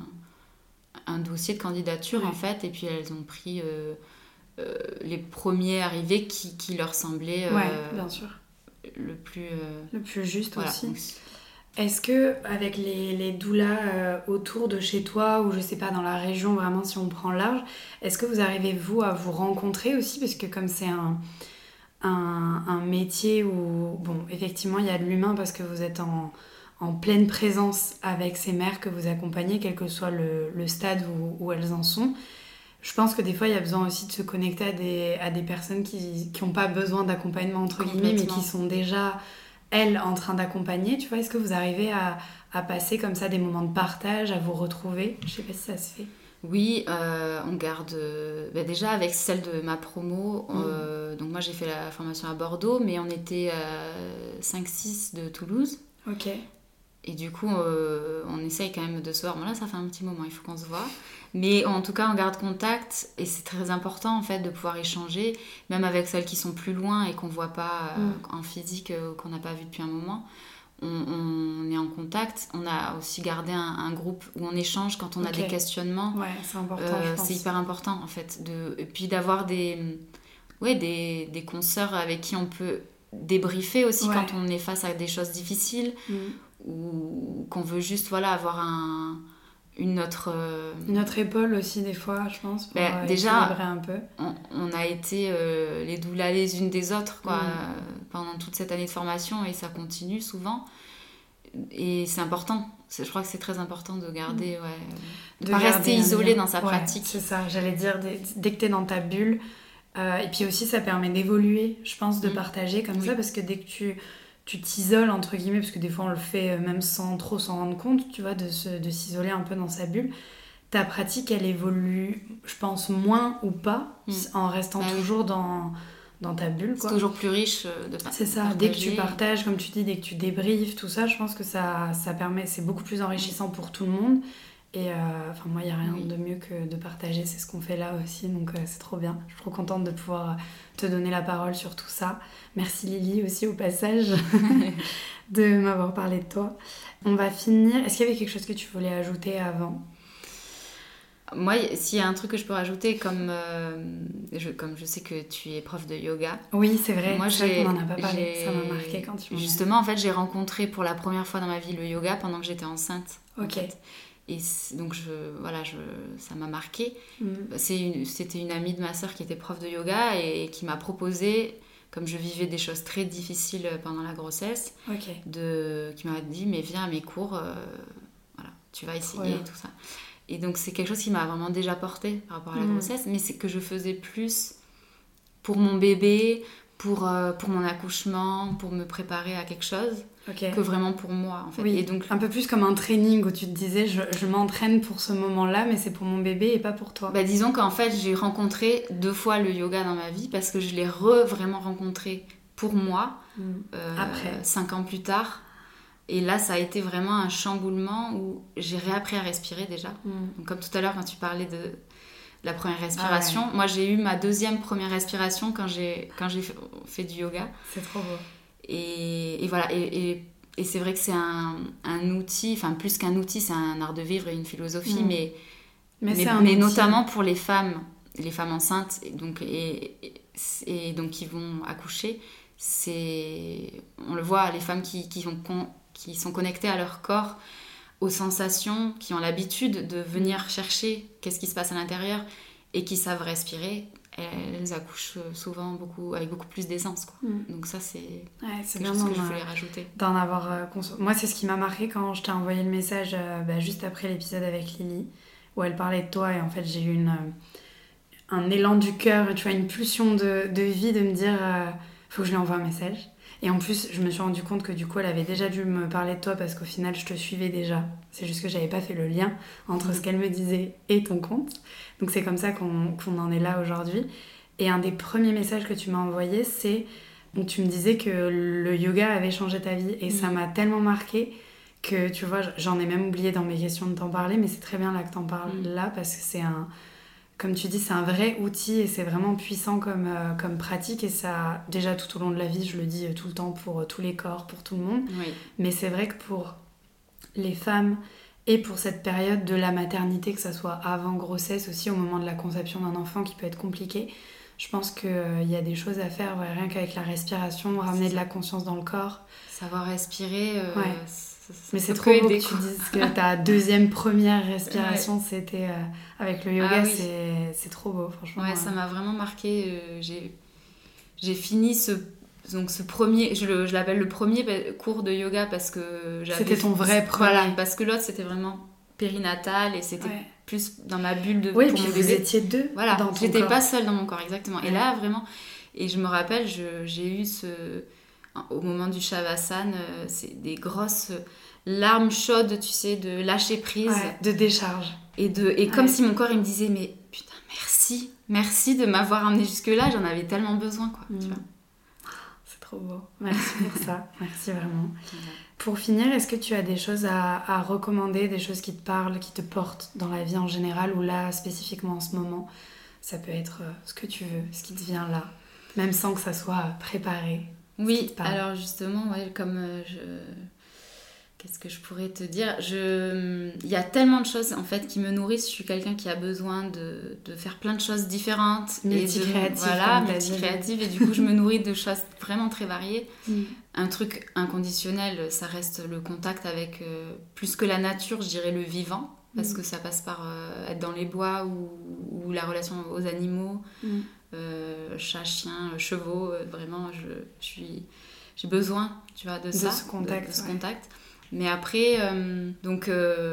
un, un dossier de candidature Ouais. en fait, et puis elles ont pris euh, euh, les premiers arrivés qui, qui leur semblaient euh, Ouais, bien sûr. le plus. euh, Le plus juste voilà. aussi. Donc, Est-ce que avec les, les doulas euh, autour de chez toi, ou je sais pas, dans la région, vraiment si on prend large, est-ce que vous arrivez, vous, à vous rencontrer aussi? Parce que comme c'est un, un, un métier où, bon, effectivement, il y a de l'humain parce que vous êtes en, en pleine présence avec ces mères que vous accompagnez, quel que soit le, le stade où, où elles en sont. Je pense que des fois, il y a besoin aussi de se connecter à des, à des personnes qui n'ont pas besoin d'accompagnement, entre guillemets, mais Complètement. qui sont déjà, elles, en train d'accompagner. Tu vois, est-ce que vous arrivez à, à passer comme ça des moments de partage, à vous retrouver? Je sais pas si ça se fait. Oui, euh, on garde. euh, bah déjà avec celle de ma promo, Mm. euh, donc moi j'ai fait la formation à Bordeaux, mais on était euh, cinq six de Toulouse. Ok. Et du coup, euh, on essaye quand même de se voir. Bon, là, ça fait un petit moment, il faut qu'on se voit. Mais en tout cas, on garde contact et c'est très important en fait de pouvoir échanger, même avec celles qui sont plus loin et qu'on voit pas euh, Mm. en physique, euh, qu'on n'a pas vu depuis un moment. On, on est en contact. On a aussi gardé un, un groupe où on échange quand on a Ok. des questionnements. Ouais, c'est important, Euh, je pense. c'est hyper important en fait. De... Et puis d'avoir des, ouais, des, des consoeurs avec qui on peut débriefer aussi Ouais. quand on est face à des choses difficiles Mm. ou qu'on veut juste voilà, avoir un, une autre... euh, Notre épaule aussi, des fois, je pense, pour Ben, euh, déjà, équilibrer un peu. on, on a été euh, les doulas les unes des autres quoi, Mm. euh, pendant toute cette année de formation et ça continue souvent. Et c'est important. C'est- je crois que c'est très important de garder... Ouais, de De pas garder rester un isolé lien. dans sa Ouais, pratique. c'est ça, j'allais dire, dès, dès que t'es dans ta bulle. Euh, et puis aussi, ça permet d'évoluer, je pense, de Mm. partager comme Oui. ça, parce que dès que tu, tu t'isoles, entre guillemets, parce que des fois on le fait euh, même sans trop s'en rendre compte, tu vois, de, se, de s'isoler un peu dans sa bulle, ta pratique, elle évolue, je pense, moins ou pas, Mm. en restant Bah oui. toujours dans, dans ta bulle, C'est quoi. toujours plus riche euh, de par- C'est ça, partager. dès que tu partages, comme tu dis, dès que tu débriefes, tout ça, je pense que ça, ça permet, c'est beaucoup plus enrichissant pour tout le monde. Et enfin, moi, il n'y a rien oui. de mieux que de partager. C'est ce qu'on fait là aussi. Donc, euh, c'est trop bien. Je suis trop contente de pouvoir te donner la parole sur tout ça. Merci Lily aussi au passage de m'avoir parlé de toi. On va finir. Est-ce qu'il y avait quelque chose que tu voulais ajouter avant ? Moi, s'il y a un truc que je peux rajouter, comme, euh, je, comme je sais que tu es prof de yoga. Oui, c'est vrai. Moi, c'est j'ai, vrai qu'on n'en a pas parlé. Ça m'a marqué quand tu m'en as. Justement, en fait, j'ai rencontré pour la première fois dans ma vie le yoga pendant que j'étais enceinte. Ok. En fait. Et donc, je, voilà, je, ça m'a marqué. Mm. C'est une, c'était une amie de ma sœur qui était prof de yoga et qui m'a proposé, comme je vivais des choses très difficiles pendant la grossesse, okay. de, qui m'a dit, mais viens à mes cours, euh, voilà, tu vas essayer ouais. et tout ça. Et donc, c'est quelque chose qui m'a vraiment déjà porté par rapport à la mmh. grossesse, mais c'est que je faisais plus pour mon bébé, pour, euh, pour mon accouchement, pour me préparer à quelque chose, okay. que vraiment pour moi, en fait. Oui, et donc, un peu plus comme un training où tu te disais, je, je m'entraîne pour ce moment-là, mais c'est pour mon bébé et pas pour toi. Bah, disons qu'en fait, j'ai rencontré deux fois le yoga dans ma vie, parce que je l'ai re vraiment rencontré pour moi, mmh. euh, après, cinq ans plus tard. Et là, ça a été vraiment un chamboulement où j'ai réappris à respirer déjà. Mm. Donc, comme tout à l'heure, quand tu parlais de la première respiration, ah ouais. moi, j'ai eu ma deuxième première respiration quand j'ai, quand j'ai fait, fait du yoga. C'est trop beau. Et, et voilà. Et, et, et c'est vrai que c'est un, un outil, enfin, plus qu'un outil, c'est un art de vivre et une philosophie, mm. mais, mais, mais, mais notamment pour les femmes, les femmes enceintes, et donc, et, et, et donc qui vont accoucher. C'est, on le voit, les femmes qui, qui vont... Con, qui sont connectés à leur corps, aux sensations, qui ont l'habitude de venir chercher qu'est-ce qui se passe à l'intérieur et qui savent respirer, elles accouchent souvent beaucoup, avec beaucoup plus d'aisance, quoi. Mm. Donc ça, c'est, ouais, c'est quelque chose que je voulais rajouter. D'en avoir, euh, cons... Moi, c'est ce qui m'a marqué quand je t'ai envoyé le message euh, bah, juste après l'épisode avec Lily, où elle parlait de toi, et en fait, j'ai eu une, euh, un élan du cœur, tu vois, une pulsion de, de vie, de me dire, euh, faut que je lui envoie un message. Et en plus, je me suis rendu compte que du coup, elle avait déjà dû me parler de toi parce qu'au final, je te suivais déjà. C'est juste que j'avais pas fait le lien entre mmh. ce qu'elle me disait et ton compte. Donc c'est comme ça qu'on, qu'on en est là aujourd'hui. Et un des premiers messages que tu m'as envoyé, c'est où tu me disais que le yoga avait changé ta vie. Et mmh. ça m'a tellement marqué que, tu vois, j'en ai même oublié dans mes questions de t'en parler, mais c'est très bien là que t'en parles mmh. là parce que c'est un... Comme tu dis, c'est un vrai outil et c'est vraiment puissant comme, euh, comme pratique. Et ça, déjà tout au long de la vie, je le dis tout le temps pour euh, tous les corps, pour tout le monde. Oui. Mais c'est vrai que pour les femmes et pour cette période de la maternité, que ça soit avant grossesse aussi, au moment de la conception d'un enfant qui peut être compliqué, je pense qu'il euh, y a des choses à faire, ouais, rien qu'avec la respiration, ramener de la conscience dans le corps. Savoir respirer... Euh, ouais. Ça, ça mais c'est trop beau que tu dises que ta deuxième première respiration ouais. c'était euh, avec le yoga, ah, oui. c'est, c'est trop beau franchement. Ouais, euh... ça m'a vraiment marqué. Euh, j'ai, j'ai fini ce, donc ce premier, je, le, je l'appelle le premier cours de yoga parce que j'avais... C'était ton vrai premier. Voilà, parce que l'autre c'était vraiment périnatal et c'était ouais. plus dans ma bulle de... Oui, pour puis mon vous bébé. Étiez deux voilà, dans ton j'étais corps. Pas seule dans mon corps, exactement. Ouais. Et là vraiment, et je me rappelle, je, j'ai eu ce... Au moment du Shavasana, euh, c'est des grosses larmes chaudes, tu sais, de lâcher prise. Ouais, de décharge. Et, de, et ouais. comme si mon corps, il me disait, mais putain, merci, merci de m'avoir amené jusque-là, j'en avais tellement besoin, quoi. Mmh. Tu vois. C'est trop beau. Merci pour ça, merci vraiment. Ouais. Pour finir, est-ce que tu as des choses à, à recommander, des choses qui te parlent, qui te portent dans la vie en général, ou là, spécifiquement en ce moment, ça peut être euh, ce que tu veux, ce qui te vient là, même sans que ça soit préparé. Oui, alors justement, ouais, comme euh, je... Qu'est-ce que je pourrais te dire je... Il y a tellement de choses en fait qui me nourrissent. Je suis quelqu'un qui a besoin de, de faire plein de choses différentes. Multi-créative. Voilà, multi-créative. Et du coup, je me nourris de choses vraiment très variées. Mm. Un truc inconditionnel, ça reste le contact avec, euh, plus que la nature, je dirais le vivant. Parce mm. que ça passe par euh, être dans les bois ou, ou la relation aux animaux. Mm. Euh, chats, chiens, chevaux, euh, vraiment je, je suis, j'ai besoin tu vois, de, de ça, ce contact, de, de ce ouais. contact. Mais après, euh, donc,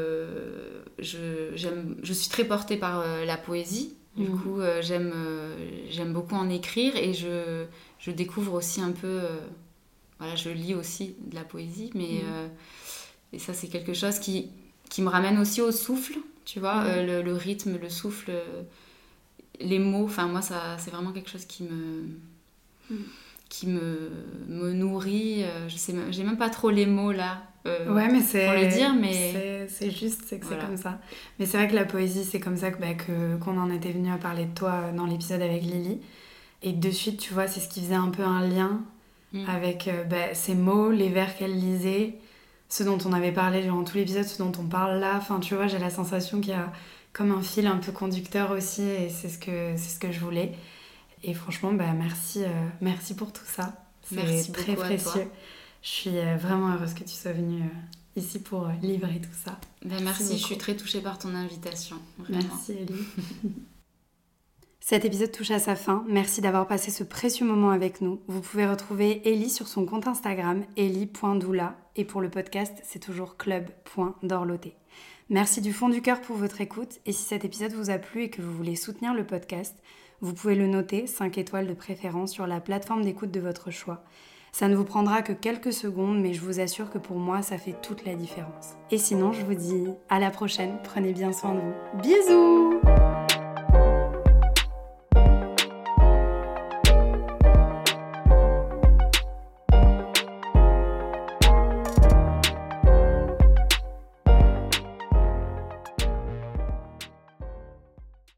euh, je, j'aime, je suis très portée par euh, la poésie. Du mmh. coup, euh, j'aime, euh, j'aime beaucoup en écrire et je, je découvre aussi un peu... Euh, voilà, je lis aussi de la poésie, mais... Mmh. Euh, et ça, c'est quelque chose qui, qui me ramène aussi au souffle, tu vois, mmh. euh, le, le rythme, le souffle... Euh, les mots, enfin moi ça, c'est vraiment quelque chose qui me, mm. qui me, me nourrit. Je sais, j'ai même pas trop les mots là. euh, ouais, mais c'est, pour le dire, mais... C'est, c'est juste, c'est que Voilà. c'est comme ça. Mais c'est vrai que la poésie, c'est comme ça que, bah, que, qu'on en était venu à parler de toi dans l'épisode avec Lily. Et de suite, tu vois, c'est ce qui faisait un peu un lien mm. avec euh, bah, ces mots, les vers qu'elle lisait, ce dont on avait parlé durant tout l'épisode, ce dont on parle là. Enfin, tu vois, j'ai la sensation qu'il y a comme un fil un peu conducteur aussi, et c'est ce que, c'est ce que je voulais. Et franchement, bah, merci, euh, merci pour tout ça. C'est merci très précieux. Je suis euh, vraiment heureuse que tu sois venue euh, ici pour euh, livrer tout ça. Ben, merci, merci je suis très touchée par ton invitation. Vraiment. Merci Ellie. Cet épisode touche à sa fin. Merci d'avoir passé ce précieux moment avec nous. Vous pouvez retrouver Ellie sur son compte Instagram, ellie point doula. Et pour le podcast, c'est toujours club point dorloté. Merci du fond du cœur pour votre écoute. Et si cet épisode vous a plu et que vous voulez soutenir le podcast, vous pouvez le noter, cinq étoiles de préférence, sur la plateforme d'écoute de votre choix. Ça ne vous prendra que quelques secondes, mais je vous assure que pour moi, ça fait toute la différence. Et sinon, je vous dis à la prochaine. Prenez bien soin de vous. Bisous!